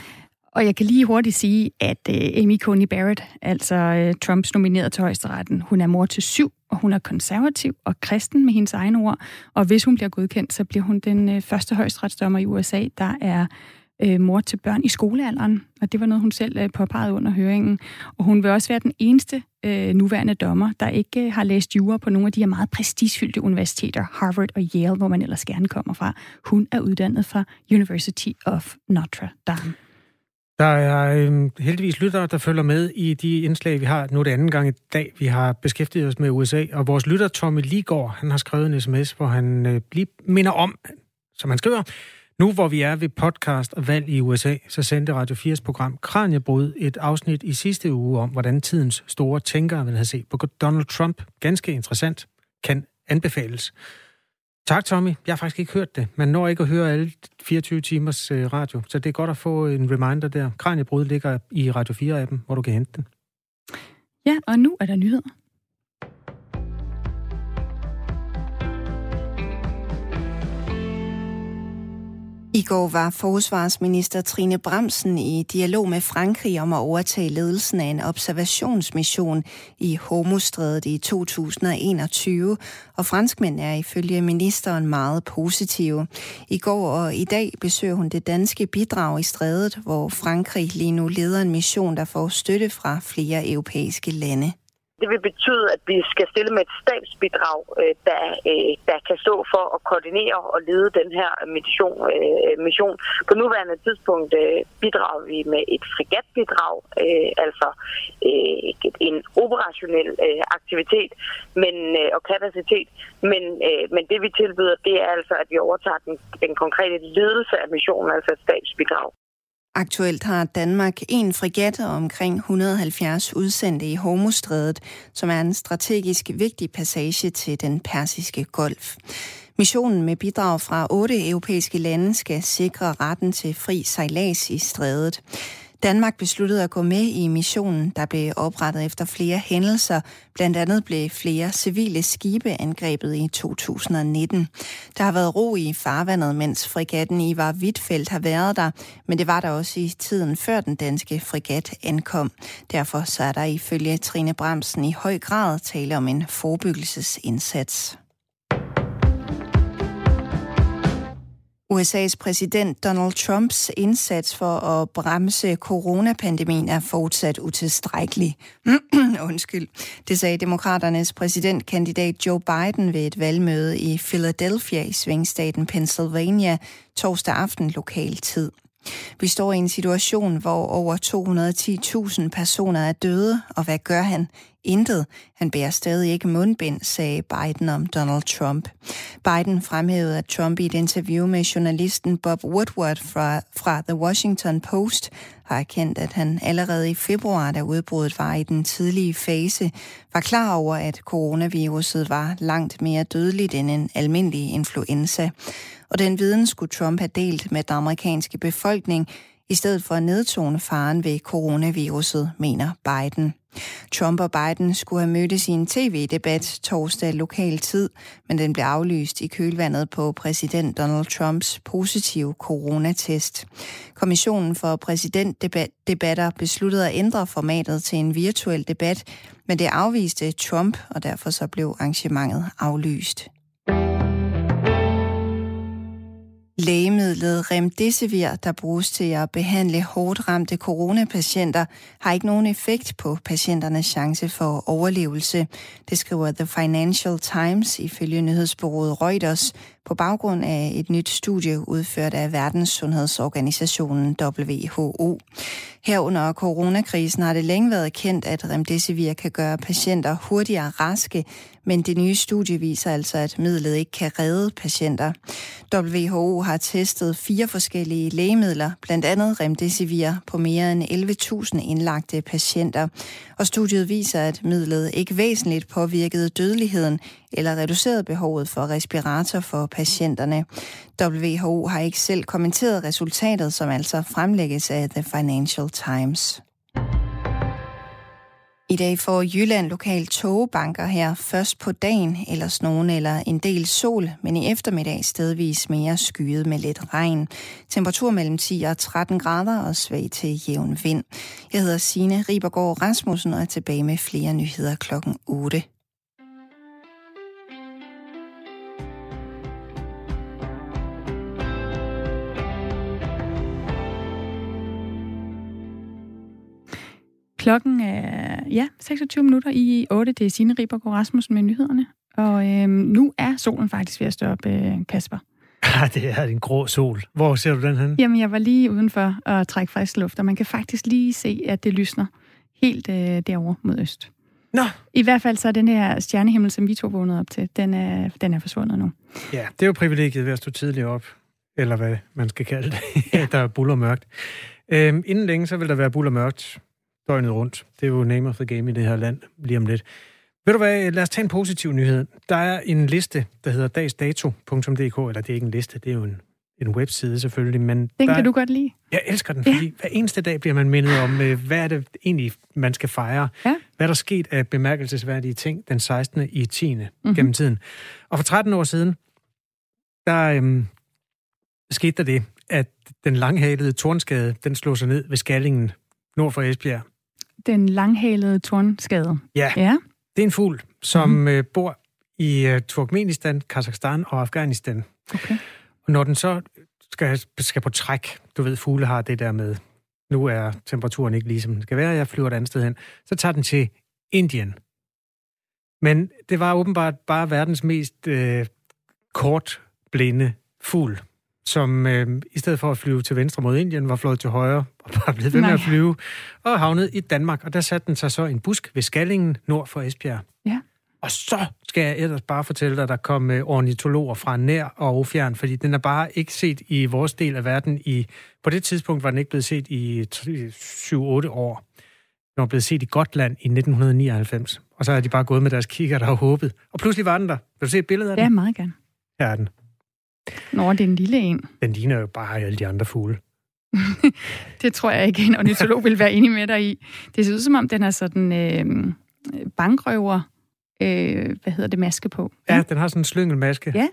Og jeg kan lige hurtigt sige, at Amy Coney Barrett, altså Trumps nomineret til højesteretten, hun er mor til syv, og hun er konservativ og kristen med hendes egne ord. Og hvis hun bliver godkendt, så bliver hun den første højesteretsdommer i U S A, der er øh, mor til børn i skolealderen, og det var noget, hun selv øh, påpegede under høringen. Og hun vil også være den eneste øh, nuværende dommer, der ikke øh, har læst jura på nogle af de her meget prestigefyldte universiteter, Harvard og Yale, hvor man ellers gerne kommer fra. Hun er uddannet fra University of Notre Dame. Der er øh, heldigvis lyttere, der følger med i de indslag, vi har. Nu er det anden gang i dag, vi har beskæftiget os med U S A. Og vores lytter, Tommy Ligård, han har skrevet en sms, hvor han øh, lige minder om, som han skriver, nu hvor vi er ved podcast og valg i U S A, så sendte Radio fires program Kraniebrud et afsnit i sidste uge om, hvordan tidens store tænkere vil have set på Donald Trump. Ganske interessant. Kan anbefales. Tak, Tommy. Jeg har faktisk ikke hørt det. Man når ikke at høre alle fireogtyve timers radio, så det er godt at få en reminder der. Kraniebrud ligger i Radio fire-appen, hvor du kan hente den. Ja, og nu er der nyheder. I går var forsvarsminister Trine Bramsen i dialog med Frankrig om at overtage ledelsen af en observationsmission i Hormuzstrædet i to tusind og enogtyve, og franskmænd er ifølge ministeren meget positive. I går og i dag besøger hun det danske bidrag i strædet, hvor Frankrig lige nu leder en mission, der får støtte fra flere europæiske lande. Det vil betyde, at vi skal stille med et stabsbidrag, der, der kan stå for at koordinere og lede den her mission. mission. På nuværende tidspunkt bidrager vi med et fregatbidrag, altså en operationel aktivitet men, og kapacitet. Men, men det vi tilbyder, det er altså, at vi overtager den, den konkrete ledelse af missionen, altså et stabsbidrag. Aktuelt har Danmark en fregat og omkring et hundrede og halvfjerds udsendte i Hormuzstrædet, som er en strategisk vigtig passage til den Persiske Golf. Missionen med bidrag fra otte europæiske lande skal sikre retten til fri sejlads i strædet. Danmark besluttede at gå med i missionen, der blev oprettet efter flere hændelser. Blandt andet blev flere civile skibe angrebet i to tusind og nitten. Der har været ro i farvandet, mens fregatten Ivar Huitfeldt har været der, men det var der også i tiden før den danske fregat ankom. Derfor så er der ifølge Trine Bramsen i høj grad tale om en forebyggelsesindsats. U S A's præsident Donald Trumps indsats for at bremse coronapandemien er fortsat utilstrækkelig. Undskyld. Det sagde demokraternes præsidentkandidat Joe Biden ved et valgmøde i Philadelphia i svingstaten Pennsylvania torsdag aften lokal tid. Vi står i en situation, hvor over to hundrede og ti tusind personer er døde, og hvad gør han? Intet. Han bærer stadig ikke mundbind, sagde Biden om Donald Trump. Biden fremhævede, at Trump i et interview med journalisten Bob Woodward fra, fra The Washington Post har erkendt, at han allerede i februar, da udbruddet var i den tidlige fase, var klar over, at coronaviruset var langt mere dødeligt end en almindelig influenza. Og den viden skulle Trump have delt med den amerikanske befolkning, i stedet for at nedtone faren ved coronaviruset, mener Biden. Trump og Biden skulle have mødtes i en tv-debat torsdag lokal tid, men den blev aflyst i kølvandet på præsident Donald Trumps positive coronatest. Kommissionen for præsidentdebatter besluttede at ændre formatet til en virtuel debat, men det afviste Trump, og derfor så blev arrangementet aflyst. Lægemidlet Remdesivir, der bruges til at behandle hårdt ramte coronapatienter, har ikke nogen effekt på patienternes chance for overlevelse. Det skriver The Financial Times ifølge nyhedsbureauet Reuters på baggrund af et nyt studie udført af Verdenssundhedsorganisationen W H O. Herunder coronakrisen har det længe været kendt, at Remdesivir kan gøre patienter hurtigere raske, men det nye studie viser altså, at midlet ikke kan redde patienter. W H O har testet fire forskellige lægemidler, blandt andet Remdesivir, på mere end elleve tusind indlagte patienter. Og studiet viser, at midlet ikke væsentligt påvirkede dødeligheden eller reducerede behovet for respirator for patienterne. W H O har ikke selv kommenteret resultatet, som altså fremlægges af The Financial Times. I dag får Jylland lokalt tågebanker her først på dagen, ellers nogen eller en del sol, men i eftermiddag stedvis mere skyet med lidt regn. Temperatur mellem ti og tretten grader og svag til jævn vind. Jeg hedder Signe Ribergaard Rasmussen og er tilbage med flere nyheder klokken otte. Klokken er ja, seksogtyve minutter i otte. Det er Signe Ribergaard Rasmussen med nyhederne. Og øhm, nu er solen faktisk ved at stå op, øh, Kasper. Ja, det er en grå sol. Hvor ser du den hen? Jamen, jeg var lige udenfor at trække frisk luft, og man kan faktisk lige se, at det lysner helt øh, derovre mod øst. Nå. I hvert fald så er den her stjernehimmel, som vi to vågnede op til, den er, den er forsvundet nu. Ja, det er jo privilegiet ved at stå tidligt op, eller hvad man skal kalde det, ja. Der er buller mørkt. Øhm, inden længe, så vil der være buller mørkt døgnet rundt. Det er jo name of the game i det her land, lige om lidt. Ved du hvad, lad os tage en positiv nyhed. Der er en liste, der hedder dagsdato punktum d k, eller det er ikke en liste, det er jo en, en webside selvfølgelig. Men den kan der, du godt lide. Jeg elsker den, fordi ja. hver eneste dag bliver man mindet om, hvad er det egentlig, man skal fejre. Ja. Hvad er der sket af bemærkelsesværdige ting den sekstende i tiende Mm-hmm. gennem tiden. Og for tretten år siden, der øhm, skete der det, at den langhalede tornskade, den slog sig ned ved Skallingen nord for Esbjerg. Den langhalede tornskade? Ja. ja. Det er en fugl, som mm-hmm. øh, bor i uh, Turkmenistan, Kazakhstan og Afghanistan. Okay. Og når den så skal, skal på træk, du ved, fugle har det der med, nu er temperaturen ikke lige som den skal være, jeg flyver et andet sted hen, så tager den til Indien. Men det var åbenbart bare verdens mest øh, kortblinde fugl, som øh, i stedet for at flyve til venstre mod Indien, var flået til højre og bare blevet ved med at flyve, og havnet i Danmark. Og der satte den sig så i en busk ved Skallingen nord for Esbjerg. Ja. Og så skal jeg ellers bare fortælle dig, at der kom øh, ornitologer fra nær og fjern, fordi den er bare ikke set i vores del af verden. I, på det tidspunkt var den ikke blevet set i syv otte år. Den var blevet set i Gotland i nitten nioghalvfems. Og så er de bare gået med deres kigger, der har håbet. Og pludselig var den der. Vil du se et billede af den? Ja, meget gerne. Her er den. Nå, det er en lille en. Den ligner jo bare alle de andre fugle. Det tror jeg ikke, en ornitolog vil være enig med dig i. Det ser ud som om, den er sådan øh, bankrøver, øh, hvad hedder det, maske på. Ja, ja, den har sådan en slyngelmaske. Ja.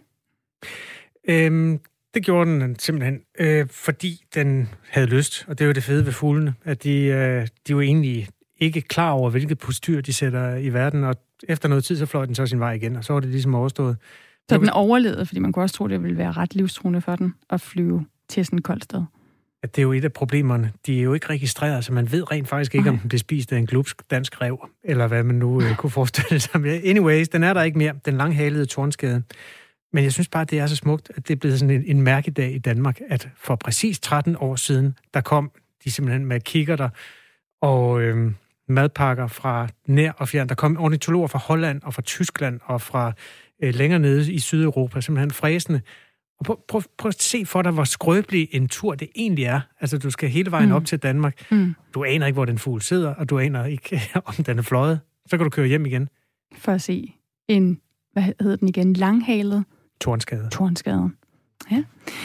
Øhm, det gjorde den simpelthen, øh, fordi den havde lyst, og det er jo det fede ved fuglene, at de, øh, de jo egentlig ikke klar over, hvilket postyr de sætter i verden, og efter noget tid, så fløj den så sin vej igen, og så var det ligesom overstået. Så den overlevede, fordi man kunne også tro, det ville være ret livstruende for den at flyve til sådan et koldt sted. Ja, det er jo et af problemerne. De er jo ikke registreret, så man ved rent faktisk ikke, okay. om den bliver spist af en glupsk dansk ræv, eller hvad man nu øh, kunne forestille sig. Anyways, den er der ikke mere, den langhalede tornskade. Men jeg synes bare, det er så smukt, at det er blevet sådan en, en mærkedag i Danmark, at for præcis tretten år siden, der kom de simpelthen med kikkerter og øh, madpakker fra nær og fjern. Der kom ornitologer fra Holland og fra Tyskland og fra øh, længere nede i Sydeuropa, simpelthen fræsende. Og prøv, prøv, prøv at se for dig, hvor skrøbelig en tur det egentlig er. Altså, du skal hele vejen mm. op til Danmark. Mm. Du aner ikke, hvor den fugl sidder, og du aner ikke, om den er fløjet. Så kan du køre hjem igen. For at se en, hvad hedder den igen, langhalet Tornskade. Tornskade. Ja.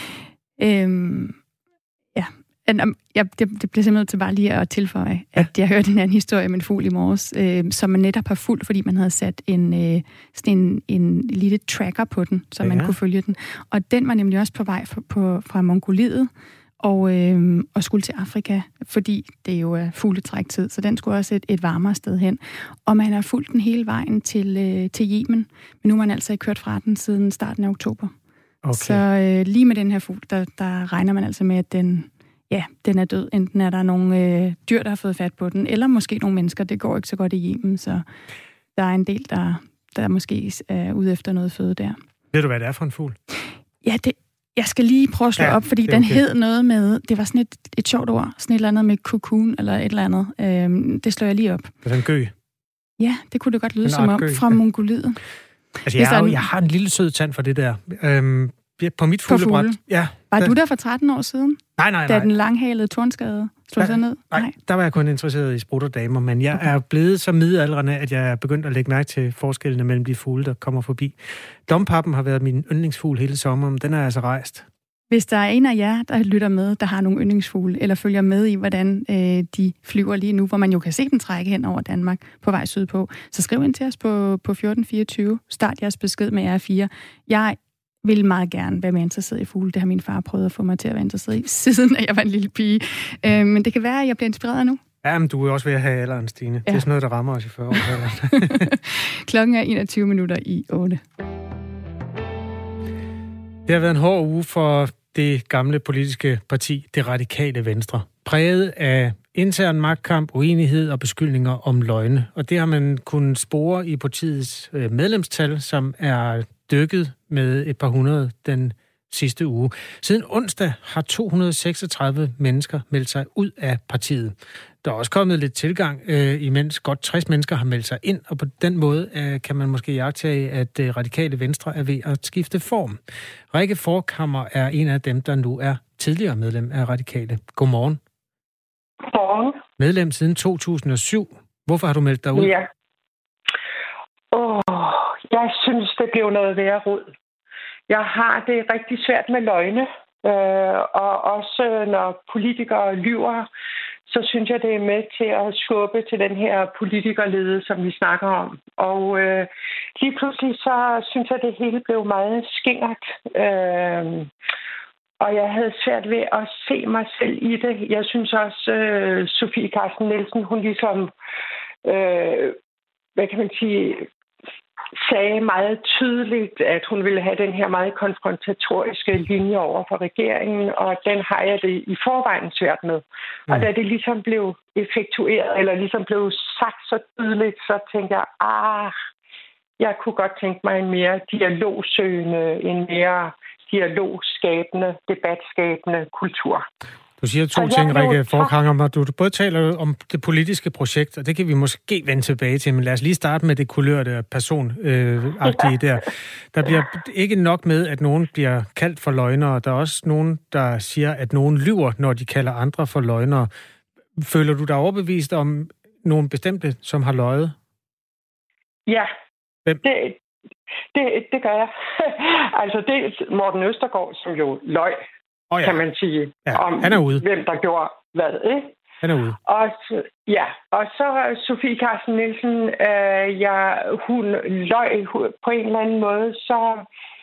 Øhm, ja. Jeg, det, det bliver simpelthen til bare lige at tilføje, ja. at jeg hørte en anden historie med en fugl i morges, øh, som man netop har fulgt, fordi man havde sat en, øh, sådan en, en lille tracker på den, så ja. man kunne følge den. Og den var nemlig også på vej fra, på, fra Mongoliet og, øh, og skulle til Afrika, fordi det jo er fugletræktid, så den skulle også et, et varmere sted hen. Og man har fulgt den hele vejen til, øh, til Yemen, men nu har man altså ikke kørt fra den siden starten af oktober. Okay. Så øh, lige med den her fugl, der, der regner man altså med, at den, ja, den er død. Enten er der nogle øh, dyr, der har fået fat på den, eller måske nogle mennesker. Det går ikke så godt i Yemen, så der er en del, der, der måske er ude efter noget føde der. Ved du, hvad det er for en fugl? Ja, det, jeg skal lige prøve at slå ja, op, fordi den okay. hed noget med, det var sådan et, et sjovt ord, sådan et eller andet med cocoon, eller et eller andet. Øhm, det slår jeg lige op. Det er en gø? Ja, det kunne det godt lyde som om, gø. Fra Mongoliet. Altså, jeg, er, jeg har en lille sød tand for det der. Øhm, på mit fuglebræt. Fugle. Ja. Var der... du der for tretten år siden? Nej, nej, nej. Da den langhalede tornskade slog sig ned? Nej, nej, der var jeg kun interesseret i sprutterdamer, men jeg okay. er blevet så midaldrende, at jeg er begyndt at lægge mærke til forskellene mellem de fugle, der kommer forbi. Dompappen har været min yndlingsfugl hele sommeren, den er altså rejst. Hvis der er en af jer, der lytter med, der har nogle yndlingsfugle, eller følger med i, hvordan øh, de flyver lige nu, hvor man jo kan se den trække hen over Danmark på vej sydpå, så skriv ind til os på, på fjorten fireogtyve. Start jeres besked med R fire. Jeg vil meget gerne være mere interesseret i fugle. Det har min far prøvet at få mig til at være interesseret i, siden jeg var en lille pige. Øh, men det kan være, at jeg bliver inspireret nu. Ja, men du er også ved at have alderen, Stine. Ja. Det er sådan noget, der rammer os i fyrre år. Klokken er enogtyve minutter i otte. Det har været en hård uge for det gamle politiske parti, det radikale Venstre. Præget af intern magtkamp, uenighed og beskyldninger om løgne. Og det har man kunnet spore i partiets medlemstal, som er dykket med et par hundrede den sidste uge. Siden onsdag har to hundrede og seksogtredive mennesker meldt sig ud af partiet. Der er også kommet lidt tilgang, øh, imens godt tres mennesker har meldt sig ind, og på den måde øh, kan man måske iagttage, at øh, Radikale Venstre er ved at skifte form. Rikke Forchhammer er en af dem, der nu er tidligere medlem af Radikale. Godmorgen. Godmorgen. Medlem siden to tusind og syv. Hvorfor har du meldt dig ud? Ja. Åh, jeg synes, det blev noget værre rod. Jeg har det rigtig svært med løgne, øh, og også når politikere lyver, så synes jeg, det er med til at skubbe til den her politikerlede, som vi snakker om. Og øh, lige pludselig så synes jeg, det hele blev meget skingert. Øh, og jeg havde svært ved at se mig selv i det. Jeg synes også, øh, Sofie Carsten Nielsen, hun ligesom, øh, hvad kan man sige, sagde meget tydeligt, at hun ville have den her meget konfrontatoriske linje over for regeringen, og den har jeg det i forvejen svært med. Mm. Og da det ligesom blev effektueret, eller ligesom blev sagt så tydeligt, så tænkte jeg, ah, jeg kunne godt tænke mig en mere dialogsøgende, en mere dialogskabende, debatskabende kultur. Du siger to ting, Rikke Forchhammer. Du, du både taler om det politiske projekt, og det kan vi måske vende tilbage til, men lad os lige starte med det kulørte personagtige øh, der. Der bliver ikke nok med, at nogen bliver kaldt for løgnere. Der er også nogen, der siger, at nogen lyver, når de kalder andre for løgnere. Føler du dig overbevist om nogen bestemte, som har løjet? Ja. Hvem? Det, det, det gør jeg. Altså, det er Morten Østergaard, som jo løg. Oh, ja. Kan man sige, ja, om han er ude. Hvem der gjorde hvad, ikke? Han er ude. Og så, ja, og så Sofie Carsten Nielsen, øh, ja, hun løg på en eller anden måde, så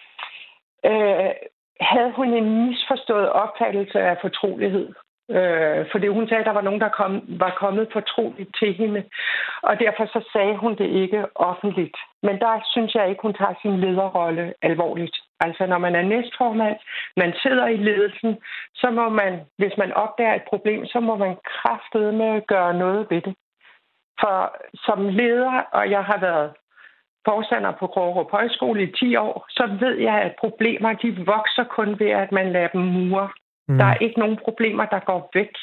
øh, havde hun en misforstået opfattelse af fortrolighed. Øh, fordi hun sagde, at der var nogen, der kom, var kommet fortroligt til hende, og derfor så sagde hun det ikke offentligt. Men der synes jeg ikke, hun tager sin lederrolle alvorligt. Altså når man er næstformand, man sidder i ledelsen, så må man, hvis man opdager et problem, så må man kraftedeme gøre noget ved det. For som leder, og jeg har været forstander på Krogerup Højskole i ti år, så ved jeg, at problemer de vokser kun ved, at man lader dem mure. Mm. Der er ikke nogen problemer, der går væk.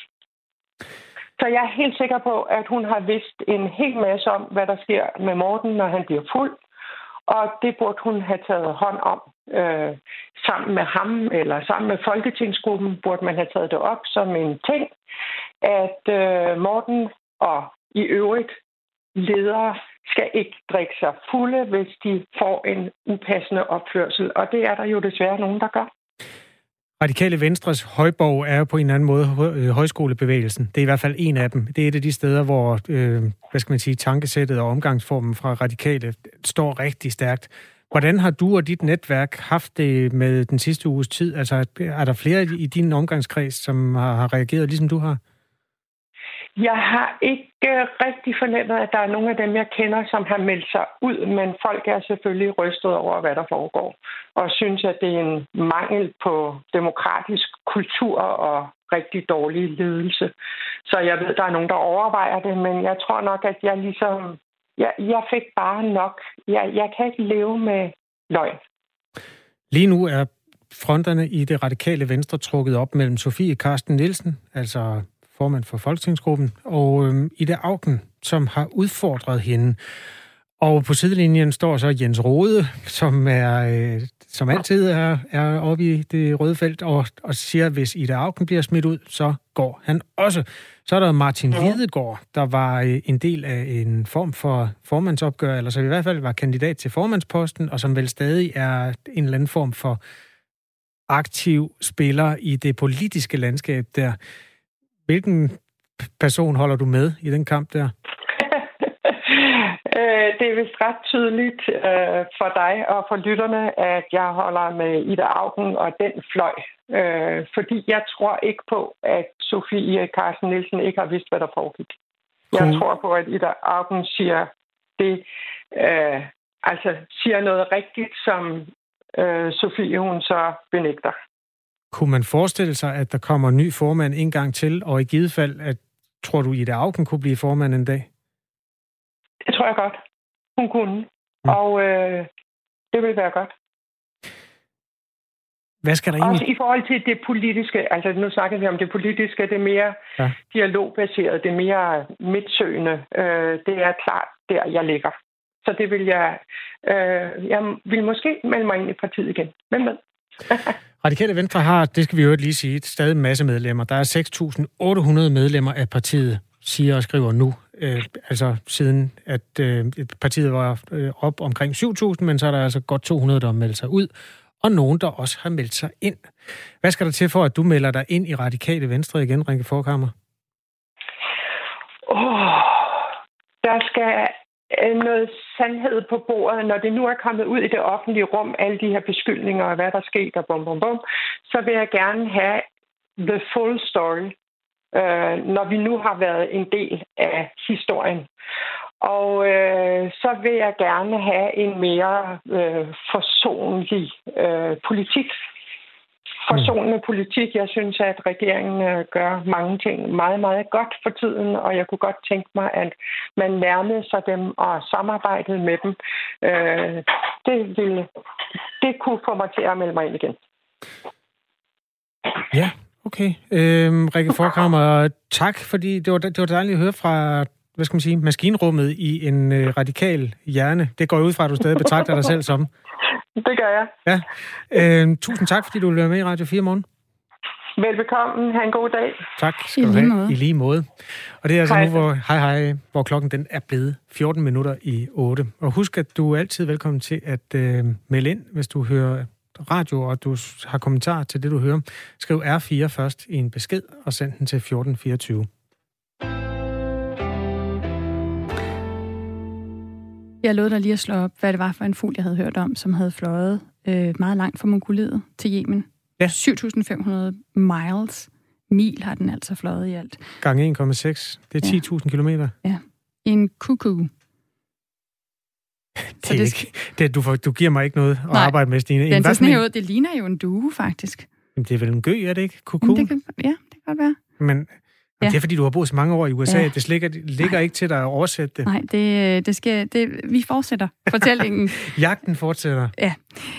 Så jeg er helt sikker på, at hun har vidst en hel masse om, hvad der sker med Morten, når han bliver fuld. Og det burde hun have taget hånd om. Øh, sammen med ham, eller sammen med Folketingsgruppen, burde man have taget det op som en ting, at øh, Morten og i øvrigt ledere skal ikke drikke sig fulde, hvis de får en upassende opførsel. Og det er der jo desværre nogen, der gør. Radikale Venstres højborg er jo på en eller anden måde højskolebevægelsen. Det er i hvert fald en af dem. Det er et af de steder, hvor øh, hvad skal man sige, tankesættet og omgangsformen fra Radikale står rigtig stærkt. Hvordan har du og dit netværk haft det med den sidste uges tid? Altså, er der flere i din omgangskreds, som har, har reageret, ligesom du har? Jeg har ikke rigtig fornemmet, at der er nogen af dem, jeg kender, som har meldt sig ud, men folk er selvfølgelig rystet over, hvad der foregår, og synes, at det er en mangel på demokratisk kultur og rigtig dårlig ledelse. Så jeg ved, der er nogen, der overvejer det, men jeg tror nok, at jeg ligesom... Jeg, jeg fik bare nok. Jeg, jeg kan ikke leve med løgn. Lige nu er fronterne i det Radikale Venstre trukket op mellem Sofie Carsten Nielsen, altså formand for Folketingsgruppen, og øhm, Ida Auken, som har udfordret hende. Og på sidelinjen står så Jens Rohde, som er øh, som altid er, er oppe i det røde felt, og, og siger, at hvis Ida Auken bliver smidt ud, så går han også. Så er der Martin Lidegaard, der var øh, en del af en form for formandsopgør, eller så i hvert fald var kandidat til formandsposten, og som vel stadig er en eller anden form for aktiv spiller i det politiske landskab der. Hvilken person holder du med i den kamp der? Det er vist ret tydeligt øh, for dig og for lytterne, at jeg holder med Ida Auken og den fløj. Øh, fordi jeg tror ikke på, at Sofie Carsten Nielsen ikke har vidst, hvad der foregik. Jeg mm. tror på, at Ida Auken siger det, øh, altså siger noget rigtigt, som øh, Sofie hun så benægter. Kunne man forestille sig, at der kommer en ny formand en gang til, og i givet fald, at tror du, Ida Auken kunne blive formand en dag? Det tror jeg godt. Hun kunne. Mm. Og øh, det vil være godt. Hvad skal der egentlig... Også i forhold til det politiske, altså nu snakker vi om det politiske, det er mere ja. dialogbaseret, det er mere midtsøgende. Øh, det er klart der, jeg ligger. Så det vil jeg... Øh, jeg vil måske melde mig ind i partiet igen. Hvem ved? Radikale Venstre har, det skal vi jo lige sige, stadig en masse medlemmer. Der er seks tusind otte hundrede medlemmer af partiet, siger og skriver nu. Øh, altså siden, at øh, partiet var øh, op omkring syv tusind, men så er der altså godt to hundrede, der har meldt sig ud, og nogen, der også har meldt sig ind. Hvad skal der til for, at du melder dig ind i Radikale Venstre igen, Rikke Forchhammer? Oh, der skal noget sandhed på bordet, når det nu er kommet ud i det offentlige rum, alle de her beskyldninger og hvad der skete og bum, bum, bum, så vil jeg gerne have the full story, øh, når vi nu har været en del af historien. Og øh, så vil jeg gerne have en mere øh, forsonlig øh, politik. Forsonende politik. Jeg synes, at regeringen gør mange ting meget, meget godt for tiden, og jeg kunne godt tænke mig, at man nærmede sig dem og samarbejdede med dem. Øh, det, ville, det kunne få mig til at melde mig ind igen. Ja, okay. Øhm, Rikke Forchhammer, tak, fordi det var, det var dejligt at høre fra, hvad skal man sige, maskinrummet i en øh, radikal hjerne. Det går ud fra, at du stadig betragter dig selv som. Det gør jeg. Ja. Øh, tusind tak, fordi du vil være med i Radio fire morgen. Velbekomme. Ha' en god dag. Tak skal du have. I lige måde. Og det er altså hej. Nu, hvor, hej, hej, hvor klokken den er blevet fjorten minutter i otte. Og husk, at du er altid velkommen til at øh, melde ind, hvis du hører radio, og du har kommentarer til det, du hører. Skriv R fire først i en besked, og send den til fjorten fireogtyve. Jeg lovede dig lige at slå op, hvad det var for en fugl, jeg havde hørt om, som havde fløjet øh, meget langt fra Mongoliet til Yemen. Ja. syv tusind fem hundrede miles. Mil har den altså fløjet i alt. Gange en komma seks. Det er ti tusind kilometer. Ja. En kuku. Det er det, ikke, det, du, får, du giver mig ikke noget at nej, arbejde med, Stine. Den ser sådan ud. Det ligner jo en due, faktisk. Jamen, det er vel en gø, er det ikke? Kuku? Det kan, ja, det kan godt være. Men... Ja. Det er, fordi du har boet så mange år i U S A. Ja. Det ligger, ligger ikke til dig at oversætte det. Nej, det, det skal, det, vi fortsætter fortællingen. Jagten fortsætter. Ja.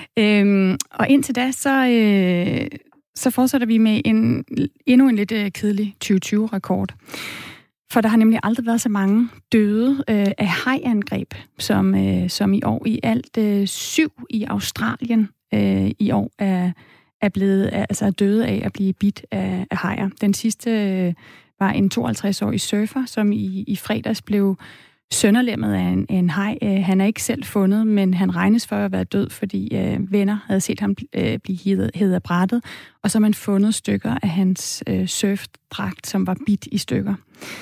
Øhm, og indtil da, så, øh, så fortsætter vi med en, endnu en lidt øh, kedelig tyve tyve-rekord. For der har nemlig aldrig været så mange døde øh, af hajangreb, som, øh, som i år. I alt øh, syv i Australien øh, i år er, er blevet altså er døde af at blive bidt af, af hajer. Den sidste... Øh, var en tooghalvtreds-årig surfer, som i, i fredags blev sønderlemmet af en, en haj. Han er ikke selv fundet, men han regnes for at være død, fordi øh, venner havde set ham øh, blive hævet af brættet, og så har man fundet stykker af hans øh, surfdragt, som var bidt i stykker.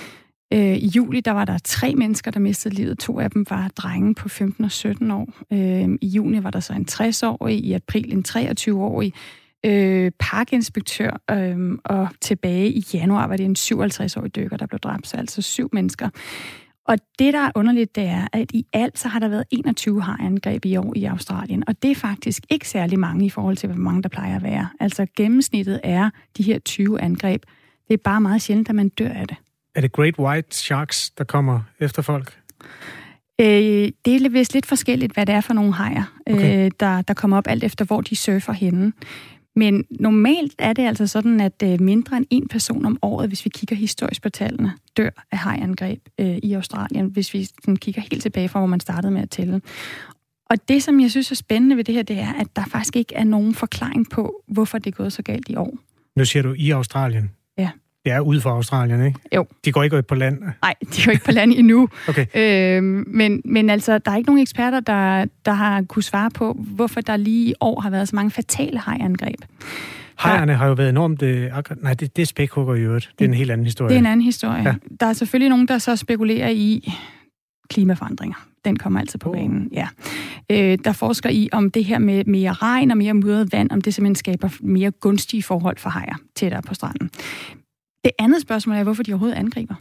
Øh, I juli, der var der tre mennesker, der mistede livet. To af dem var drenge på femten og sytten år. Øh, I juni var der så en tres-årig, i april en treogtyve-årig, Øh, parkinspektør, øh, og tilbage i januar var det en syvoghalvtreds-årig dykker, der blev dræbt, så altså syv mennesker. Og det, der er underligt, det er, at i alt så har der været enogtyve hajangreb i år i Australien, og det er faktisk ikke særlig mange i forhold til, hvor mange der plejer at være. Altså gennemsnittet er de her tyve angreb. Det er bare meget sjældent, at man dør af det. Er det Great White Sharks, der kommer efter folk? Øh, det er vist lidt forskelligt, hvad det er for nogle hajer, okay. øh, der, der kommer op alt efter, hvor de surfer henne. Men normalt er det altså sådan, at mindre end en person om året, hvis vi kigger historisk på tallene, dør af hajangreb øh, i Australien, hvis vi sådan kigger helt tilbage fra, hvor man startede med at tælle. Og det, som jeg synes er spændende ved det her, det er, at der faktisk ikke er nogen forklaring på, hvorfor det er gået så galt i år. Nu siger du i Australien. Ja. Det er ude for Australien, ikke? Jo. De går ikke på land? Nej, de går ikke på land endnu. Okay. Øh, men, men altså, der er ikke nogen eksperter, der, der har kunne svare på, hvorfor der lige i år har været så mange fatale hajangreb. Hajerne har jo været enormt... Øh, nej, det, det er spækhugger i øvrigt. Det er en helt anden historie. Det er en anden historie. Ja. Der er selvfølgelig nogen, der så spekulerer i klimaforandringer. Den kommer altså på oh. banen, ja. Øh, der forsker i, om det her med mere regn og mere mudret vand, om det simpelthen skaber mere gunstige forhold for hajer tættere på stranden. Det andet spørgsmål er, hvorfor de overhovedet angriber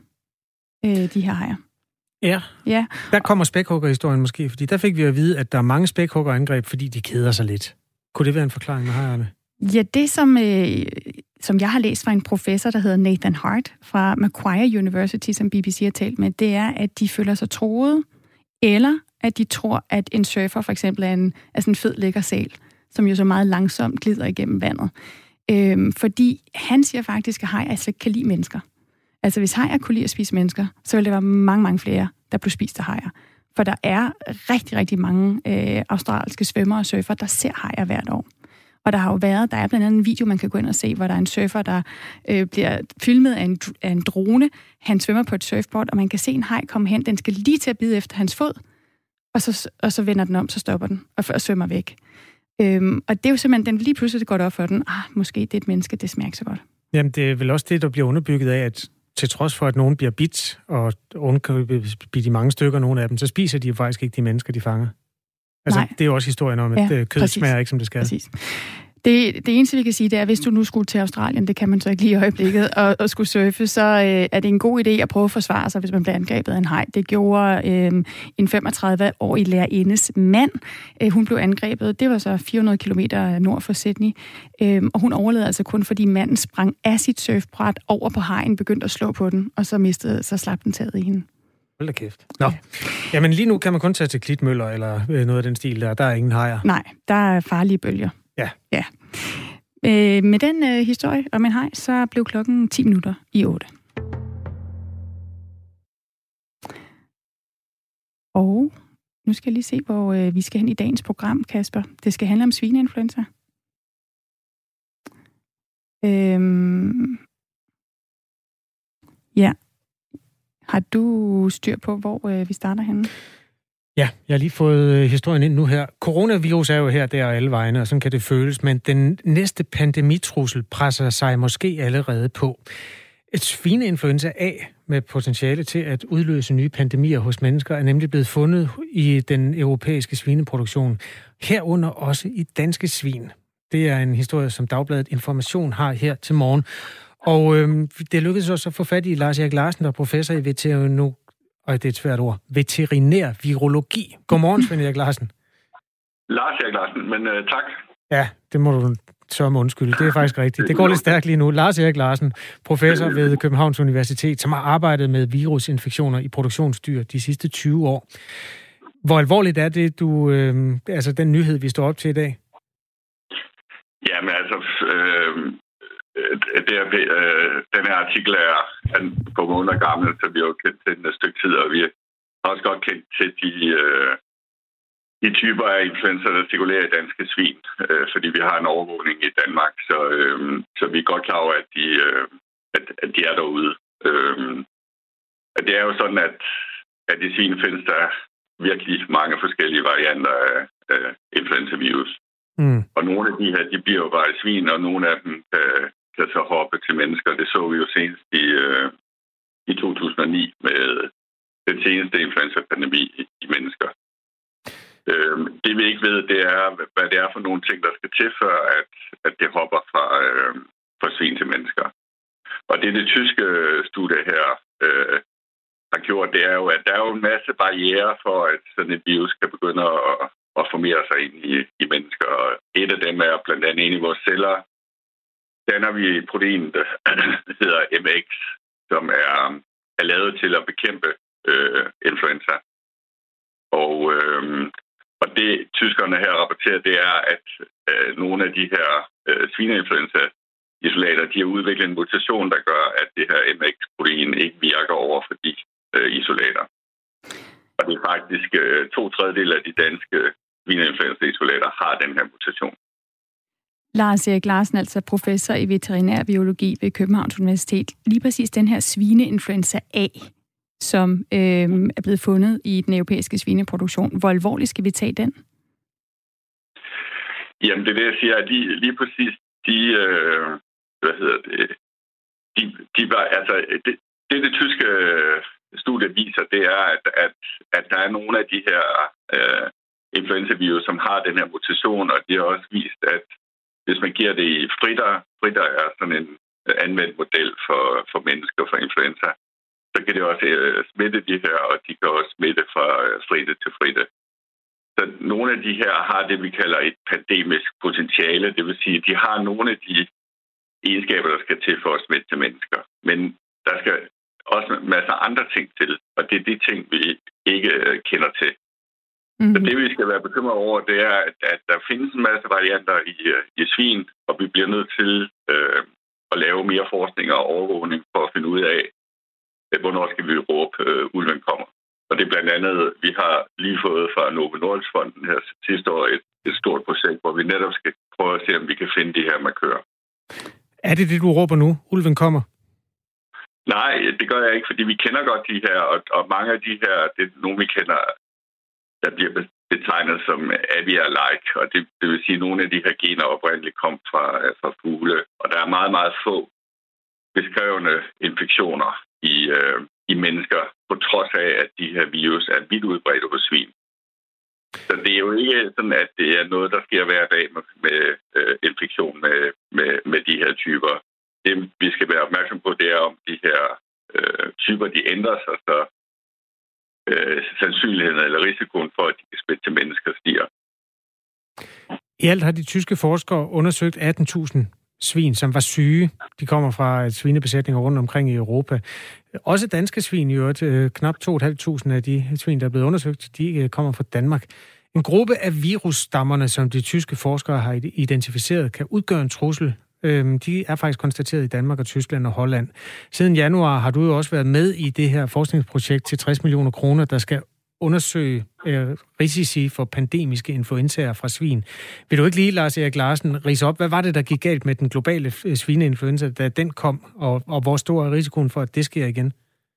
øh, de her hajer. Ja. ja, der kommer spækhuggerhistorien måske, fordi der fik vi at vide, at der er mange spækhuggerangreb, fordi de keder sig lidt. Kunne det være en forklaring med hajerne? Ja, det som, øh, som jeg har læst fra en professor, der hedder Nathan Hart fra Macquarie University, som B B C har talt med, det er, at de føler sig troede, eller at de tror, at en surfer for eksempel er en, er sådan en fed, lækker sæl, som jo så meget langsomt glider igennem vandet. Øhm, fordi han siger faktisk, at hajer slet ikke kan lide mennesker. Altså hvis hajer kunne lide at spise mennesker, så ville der være mange, mange flere, der blev spist af hajer. For der er rigtig, rigtig mange øh, australske svømmere og surfer, der ser hajer hvert år. Og der har jo været, der er blandt andet en video, man kan gå ind og se, hvor der er en surfer, der øh, bliver filmet af en, af en drone. Han svømmer på et surfboard, og man kan se en haj komme hen. Den skal lige til at bide efter hans fod, og så, og så vender den om, så stopper den og, og svømmer væk. Øhm, og det er jo simpelthen, den lige pludselig går op for den. Ah, måske det er et menneske, det smager ikke så godt. Jamen, det er vel også det, der bliver underbygget af, at til trods for, at nogen bliver bidt, og undkøbet bidt i mange stykker, nogle af dem, så spiser de jo faktisk ikke de mennesker, de fanger. Altså, nej. Det er jo også historien om, at ja, kød præcis. Smager ikke, som det skal. Præcis. Det, det eneste, vi kan sige, det er, at hvis du nu skulle til Australien, det kan man så ikke lige i øjeblikket, og, og skulle surfe, så øh, er det en god idé at prøve at forsvare sig, hvis man bliver angrebet af en haj. Det gjorde øh, en femogtredive-årig lærindes mand. Øh, hun blev angrebet, det var så fire hundrede kilometer nord for Sydney, øh, og hun overlevede altså kun, fordi manden sprang af sit surfbræt over på hajen, begyndte at slå på den, og så mistede, så slap den taget i hende. Hold da kæft. Nå. Ja. Jamen lige nu kan man kun tage til Klitmøller eller noget af den stil der. Der er ingen hajer. Nej, der er farlige bølger. Ja. Ja. Øh, med den øh, historie om en haj, så blev klokken ti minutter i otte. Og nu skal jeg lige se, hvor øh, vi skal hen i dagens program, Kasper. Det skal handle om svineinfluenza. Øhm, ja. Har du styr på, hvor øh, vi starter henne? Ja, jeg har lige fået historien ind nu her. Coronavirus er jo her, der og alle vegne, og sådan kan det føles, men den næste pandemitrussel presser sig måske allerede på. Et svineinfluenza A med potentiale til at udløse nye pandemier hos mennesker er nemlig blevet fundet i den europæiske svineproduktion, herunder også i danske svin. Det er en historie, som Dagbladet Information har her til morgen. Og øhm, det lykkedes også at få fat i Lars Erik Larsen, der er professor i veterino, og det er et svært ord, veterinær virologi. Godmorgen, Svend Erik Larsen. Lars Erik Larsen, men øh, tak. Ja, det må du sørge undskylde. Det er faktisk rigtigt. Det går lidt stærkt lige nu. Lars Erik Larsen, professor ved Københavns Universitet, som har arbejdet med virusinfektioner i produktionsdyr de sidste tyve år. Hvor alvorligt er det, du, øh, altså den nyhed, vi står op til i dag? Jamen altså, øh, det er, øh, den her artikel er på måneder gammel, så vi har jo kendt til et stykke tid, og vi har også godt kendt til de, øh, de typer af influenza, der cirkulerer i danske svin, øh, fordi vi har en overvågning i Danmark, så, øh, så vi er godt klar over, at de, øh, at, at de er derude. Øh, at det er jo sådan, at, at i svin findes der virkelig mange forskellige varianter af, af influenzavirus. Mm. Og nogle af de her, de bliver jo bare i svin, og nogle af dem kan, kan så hoppe til mennesker. Det så vi jo senest i, øh, i to tusind og ni med den seneste influenza-pandemi i, i mennesker. Øh, det vi ikke ved, det er, hvad det er for nogle ting, der skal til, før at, at det hopper fra, øh, fra svin til mennesker. Og det det tyske studie her øh, har gjort, det er jo, at der er jo en masse barrierer for, at sådan et virus kan begynde at og formere sig ind i, i mennesker. Og et af dem er blandt andet inde i vores celler. Danner vi et protein, der hedder M X, som er, er lavet til at bekæmpe øh, influenza. Og, øh, og det tyskerne her rapporterer, det er, at øh, nogle af de her øh, svineinfluenza-isolater, de har udviklet en mutation, der gør, at det her M X-protein ikke virker over for de øh, isolater. Og det er faktisk øh, to tredjedel af de danske svineinfluenza-isolater har den her mutation. Lars Erik Larsen, altså professor i veterinær biologi ved Københavns Universitet. Lige præcis den her svineinfluenza A, som øh, er blevet fundet i den europæiske svineproduktion. Hvor alvorligt skal vi tage den? Jamen, det er det, jeg siger. Lige, lige præcis de, øh, hvad hedder det, de, de var, altså, det, det, det tyske studie viser, det er, at, at, at der er nogle af de her øh, influenzavirus, som har den her mutation, og de har også vist, at hvis man giver det i fritter, fritter er sådan en anvendt model for, for mennesker for influenza, så kan det også øh, smitte de her, og de kan også smitte fra øh, fritte til fritte. Så nogle af de her har det, vi kalder et pandemisk potentiale, det vil sige, at de har nogle af de egenskaber, der skal til for at smitte til mennesker. Men der skal også masser af andre ting til, og det er de ting, vi ikke øh, kender til. Mm-hmm. Så det, vi skal være bekymret over, det er, at, at der findes en masse varianter i, i svin, og vi bliver nødt til øh, at lave mere forskning og overvågning for at finde ud af, hvornår skal vi råbe, øh, ulven kommer. Og det er blandt andet, vi har lige fået fra Novo Nordisk Fonden her sidste år et, et stort projekt, hvor vi netop skal prøve at se, om vi kan finde de her markører. Er det det, du råber nu? Ulven kommer? Nej, det gør jeg ikke, fordi vi kender godt de her, og, og mange af de her, det er nogle, vi kender, der bliver betegnet som avia-like, og det, det vil sige, at nogle af de her gener oprindeligt kom fra, fra fugle, og der er meget, meget få beskrevne infektioner i, øh, i mennesker, på trods af, at de her virus er vidt udbredt hos svin. Så det er jo ikke sådan, at det er noget, der sker hver dag med, med øh, infektion med, med, med de her typer. Det, vi skal være opmærksom på, det er, om de her øh, typer, de ændrer sig, så øh, sandsynligheden eller risikoen for, at de kan smitte til mennesker, stiger. I alt har de tyske forskere undersøgt atten tusind svin, som var syge. De kommer fra svinebesætninger rundt omkring i Europa. Også danske svin, i øvrigt, knap to tusind fem hundrede af de svin, der er blevet undersøgt, de kommer fra Danmark. En gruppe af virusstammerne, som de tyske forskere har identificeret, kan udgøre en trussel. De er faktisk konstateret i Danmark og Tyskland og Holland. Siden januar har du jo også været med i det her forskningsprojekt til tres millioner kroner, der skal undersøge øh, risici for pandemiske influenzaer fra svin. Vil du ikke lige, Lars Erik Larsen, ridse op, hvad var det, der gik galt med den globale svineinfluenza, da den kom, og, og hvor stor er risikoen for, at det sker igen?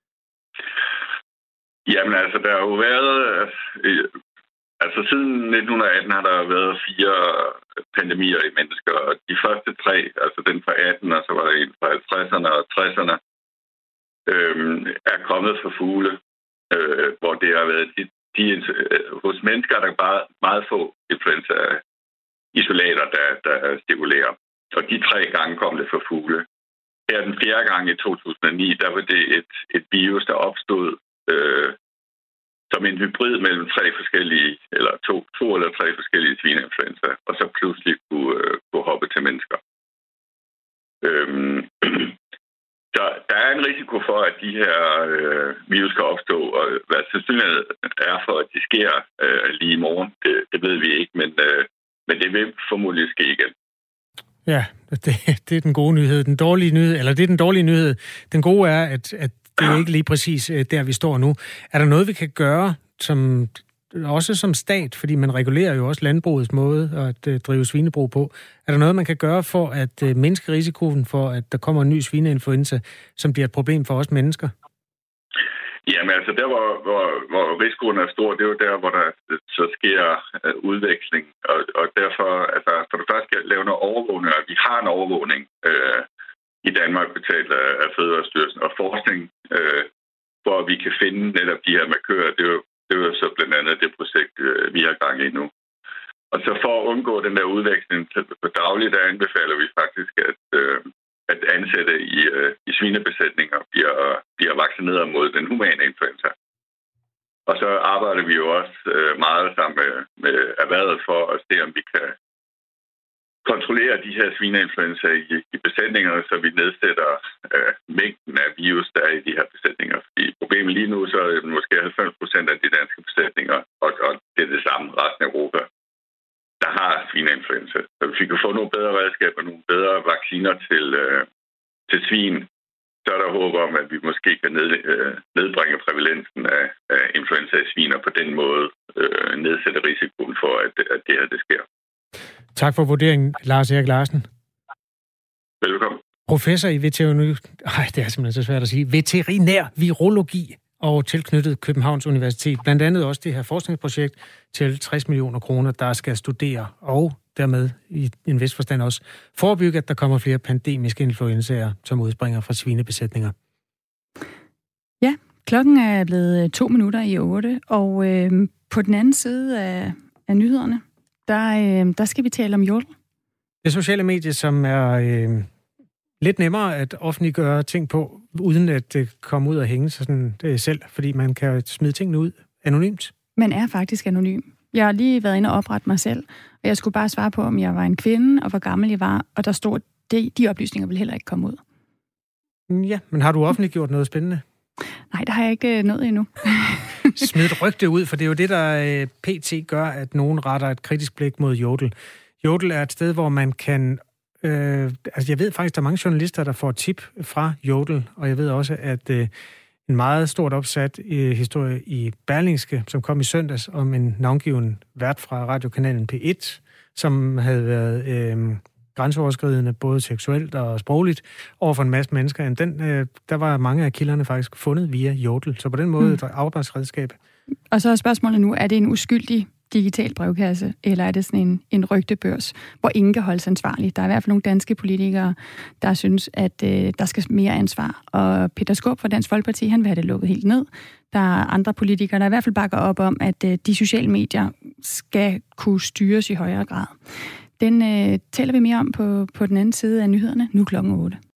Jamen altså, der har jo været... Øh, altså siden nitten atten har der været fire pandemier i mennesker, og de første tre, altså den fra atten, og så var der en fra halvtredserne og tresserne, øh, er kommet fra fugle. Øh, hvor det har været de, de, øh, hos mennesker er der bare meget få influenza-isolater, der, der stimulerer. Og de tre gange kom det fra fugle. Her den fjerde gang i to tusind og ni, der var det et, et virus, der opstod øh, som en hybrid mellem tre forskellige, eller to, to eller tre forskellige svineinfluenza, og så pludselig kunne, øh, kunne hoppe til mennesker. Øhm, Så der er en risiko for, at de her øh, virus kan opstå, og hvad sandsynligheden er for, at de sker øh, lige i morgen, det, det ved vi ikke, men, øh, men det vil formodentlig ske igen. Ja, det, det er den gode nyhed. Den dårlige nyhed, eller det er den dårlige nyhed. Den gode er, at, at det er ikke lige præcis der, vi står nu. Er der noget, vi kan gøre, som også som stat, fordi man regulerer jo også landbrugets måde at uh, drive svinebrug på. Er der noget, man kan gøre for at uh, mindske risikoen for, at der kommer en ny svineinfluenza, som bliver et problem for os mennesker? Jamen altså, der hvor, hvor, hvor risikoen er stor, det er jo der, hvor der så sker uh, udveksling. Og, og derfor, altså for det første skal lave noget overvågning, og vi har en overvågning uh, i Danmark betalt af, af Fødevarestyrelsen, og forskning, uh, hvor vi kan finde netop de her markører. Det er jo Det er jo så blandt andet det projekt, vi har gang i nu. Og så for at undgå den der udveksling på daglig, der anbefaler vi faktisk, at, at ansatte i, i svinebesætninger bliver, bliver vaccineret mod den humane influenza. Og så arbejder vi jo også meget sammen med, med erhvervet for at se, om vi kan kontrollere de her svineinfluenza i, i besætningerne, så vi nedsætter øh, mængden af virus, der er i de her besætninger. Fordi problemet lige nu, så er det måske halvfems procent af de danske besætninger, og, og det er det samme resten af Europa, der har svineinfluenza. Så hvis vi kan få nogle bedre redskaber, nogle bedre vacciner til, øh, til svin, så er der håb om, at vi måske kan ned, øh, nedbringe prævalensen af, af influenza i svin, og på den måde øh, nedsætte risikoen for, at, at det her det sker. Tak for vurderingen, Lars Erik Larsen. Velkommen. Professor i veterinær... Ej, det er simpelthen så svært at sige. Veterinær virologi og tilknyttet Københavns Universitet. Blandt andet også det her forskningsprojekt til tres millioner kroner, der skal studere og dermed i en vis forstand også forebygge, at der kommer flere pandemiske influenzaer, som udspringer fra svinebesætninger. Ja, klokken er blevet to minutter i otte, og øh, på den anden side af, af nyhederne, Der, øh, der skal vi tale om jodel. Det sociale medie, som er øh, lidt nemmere at offentliggøre ting på, uden at det kommer ud og hænge sig sådan, det selv, fordi man kan smide tingene ud anonymt. Man er faktisk anonym. Jeg har lige været inde og oprette mig selv, og jeg skulle bare svare på, om jeg var en kvinde, og hvor gammel jeg var, og der stod, de, de oplysninger vil heller ikke komme ud. Ja, men har du offentliggjort noget spændende? Nej, det har jeg ikke nået endnu. smide et rygte ud, for det er jo det, der øh, pt. Gør, at nogen retter et kritisk blik mod Jodel. Jodel er et sted, hvor man kan... Øh, altså, jeg ved faktisk, der er mange journalister, der får tip fra Jodel, og jeg ved også, at øh, en meget stort opsat øh, historie i Berlingske, som kom i søndags, om en navngiven vært fra radiokanalen P et, som havde været øh, grænseoverskridende, både seksuelt og sprogligt, over for en masse mennesker. Den, øh, der var mange af kilderne faktisk fundet via Jodel, så på den måde mm. et arbejdsredskab. Og så er spørgsmålet nu, er det en uskyldig digital brevkasse, eller er det sådan en, en rygtebørs, hvor ingen kan holdes ansvarlig? Der er i hvert fald nogle danske politikere, der synes, at øh, der skal mere ansvar. Og Peter Skaarup fra Dansk Folkeparti, han vil have det lukket helt ned. Der er andre politikere, der i hvert fald bakker op om, at øh, de sociale medier skal kunne styres i højere grad. Den øh, taler vi mere om på, på den anden side af nyhederne, nu klokken otte.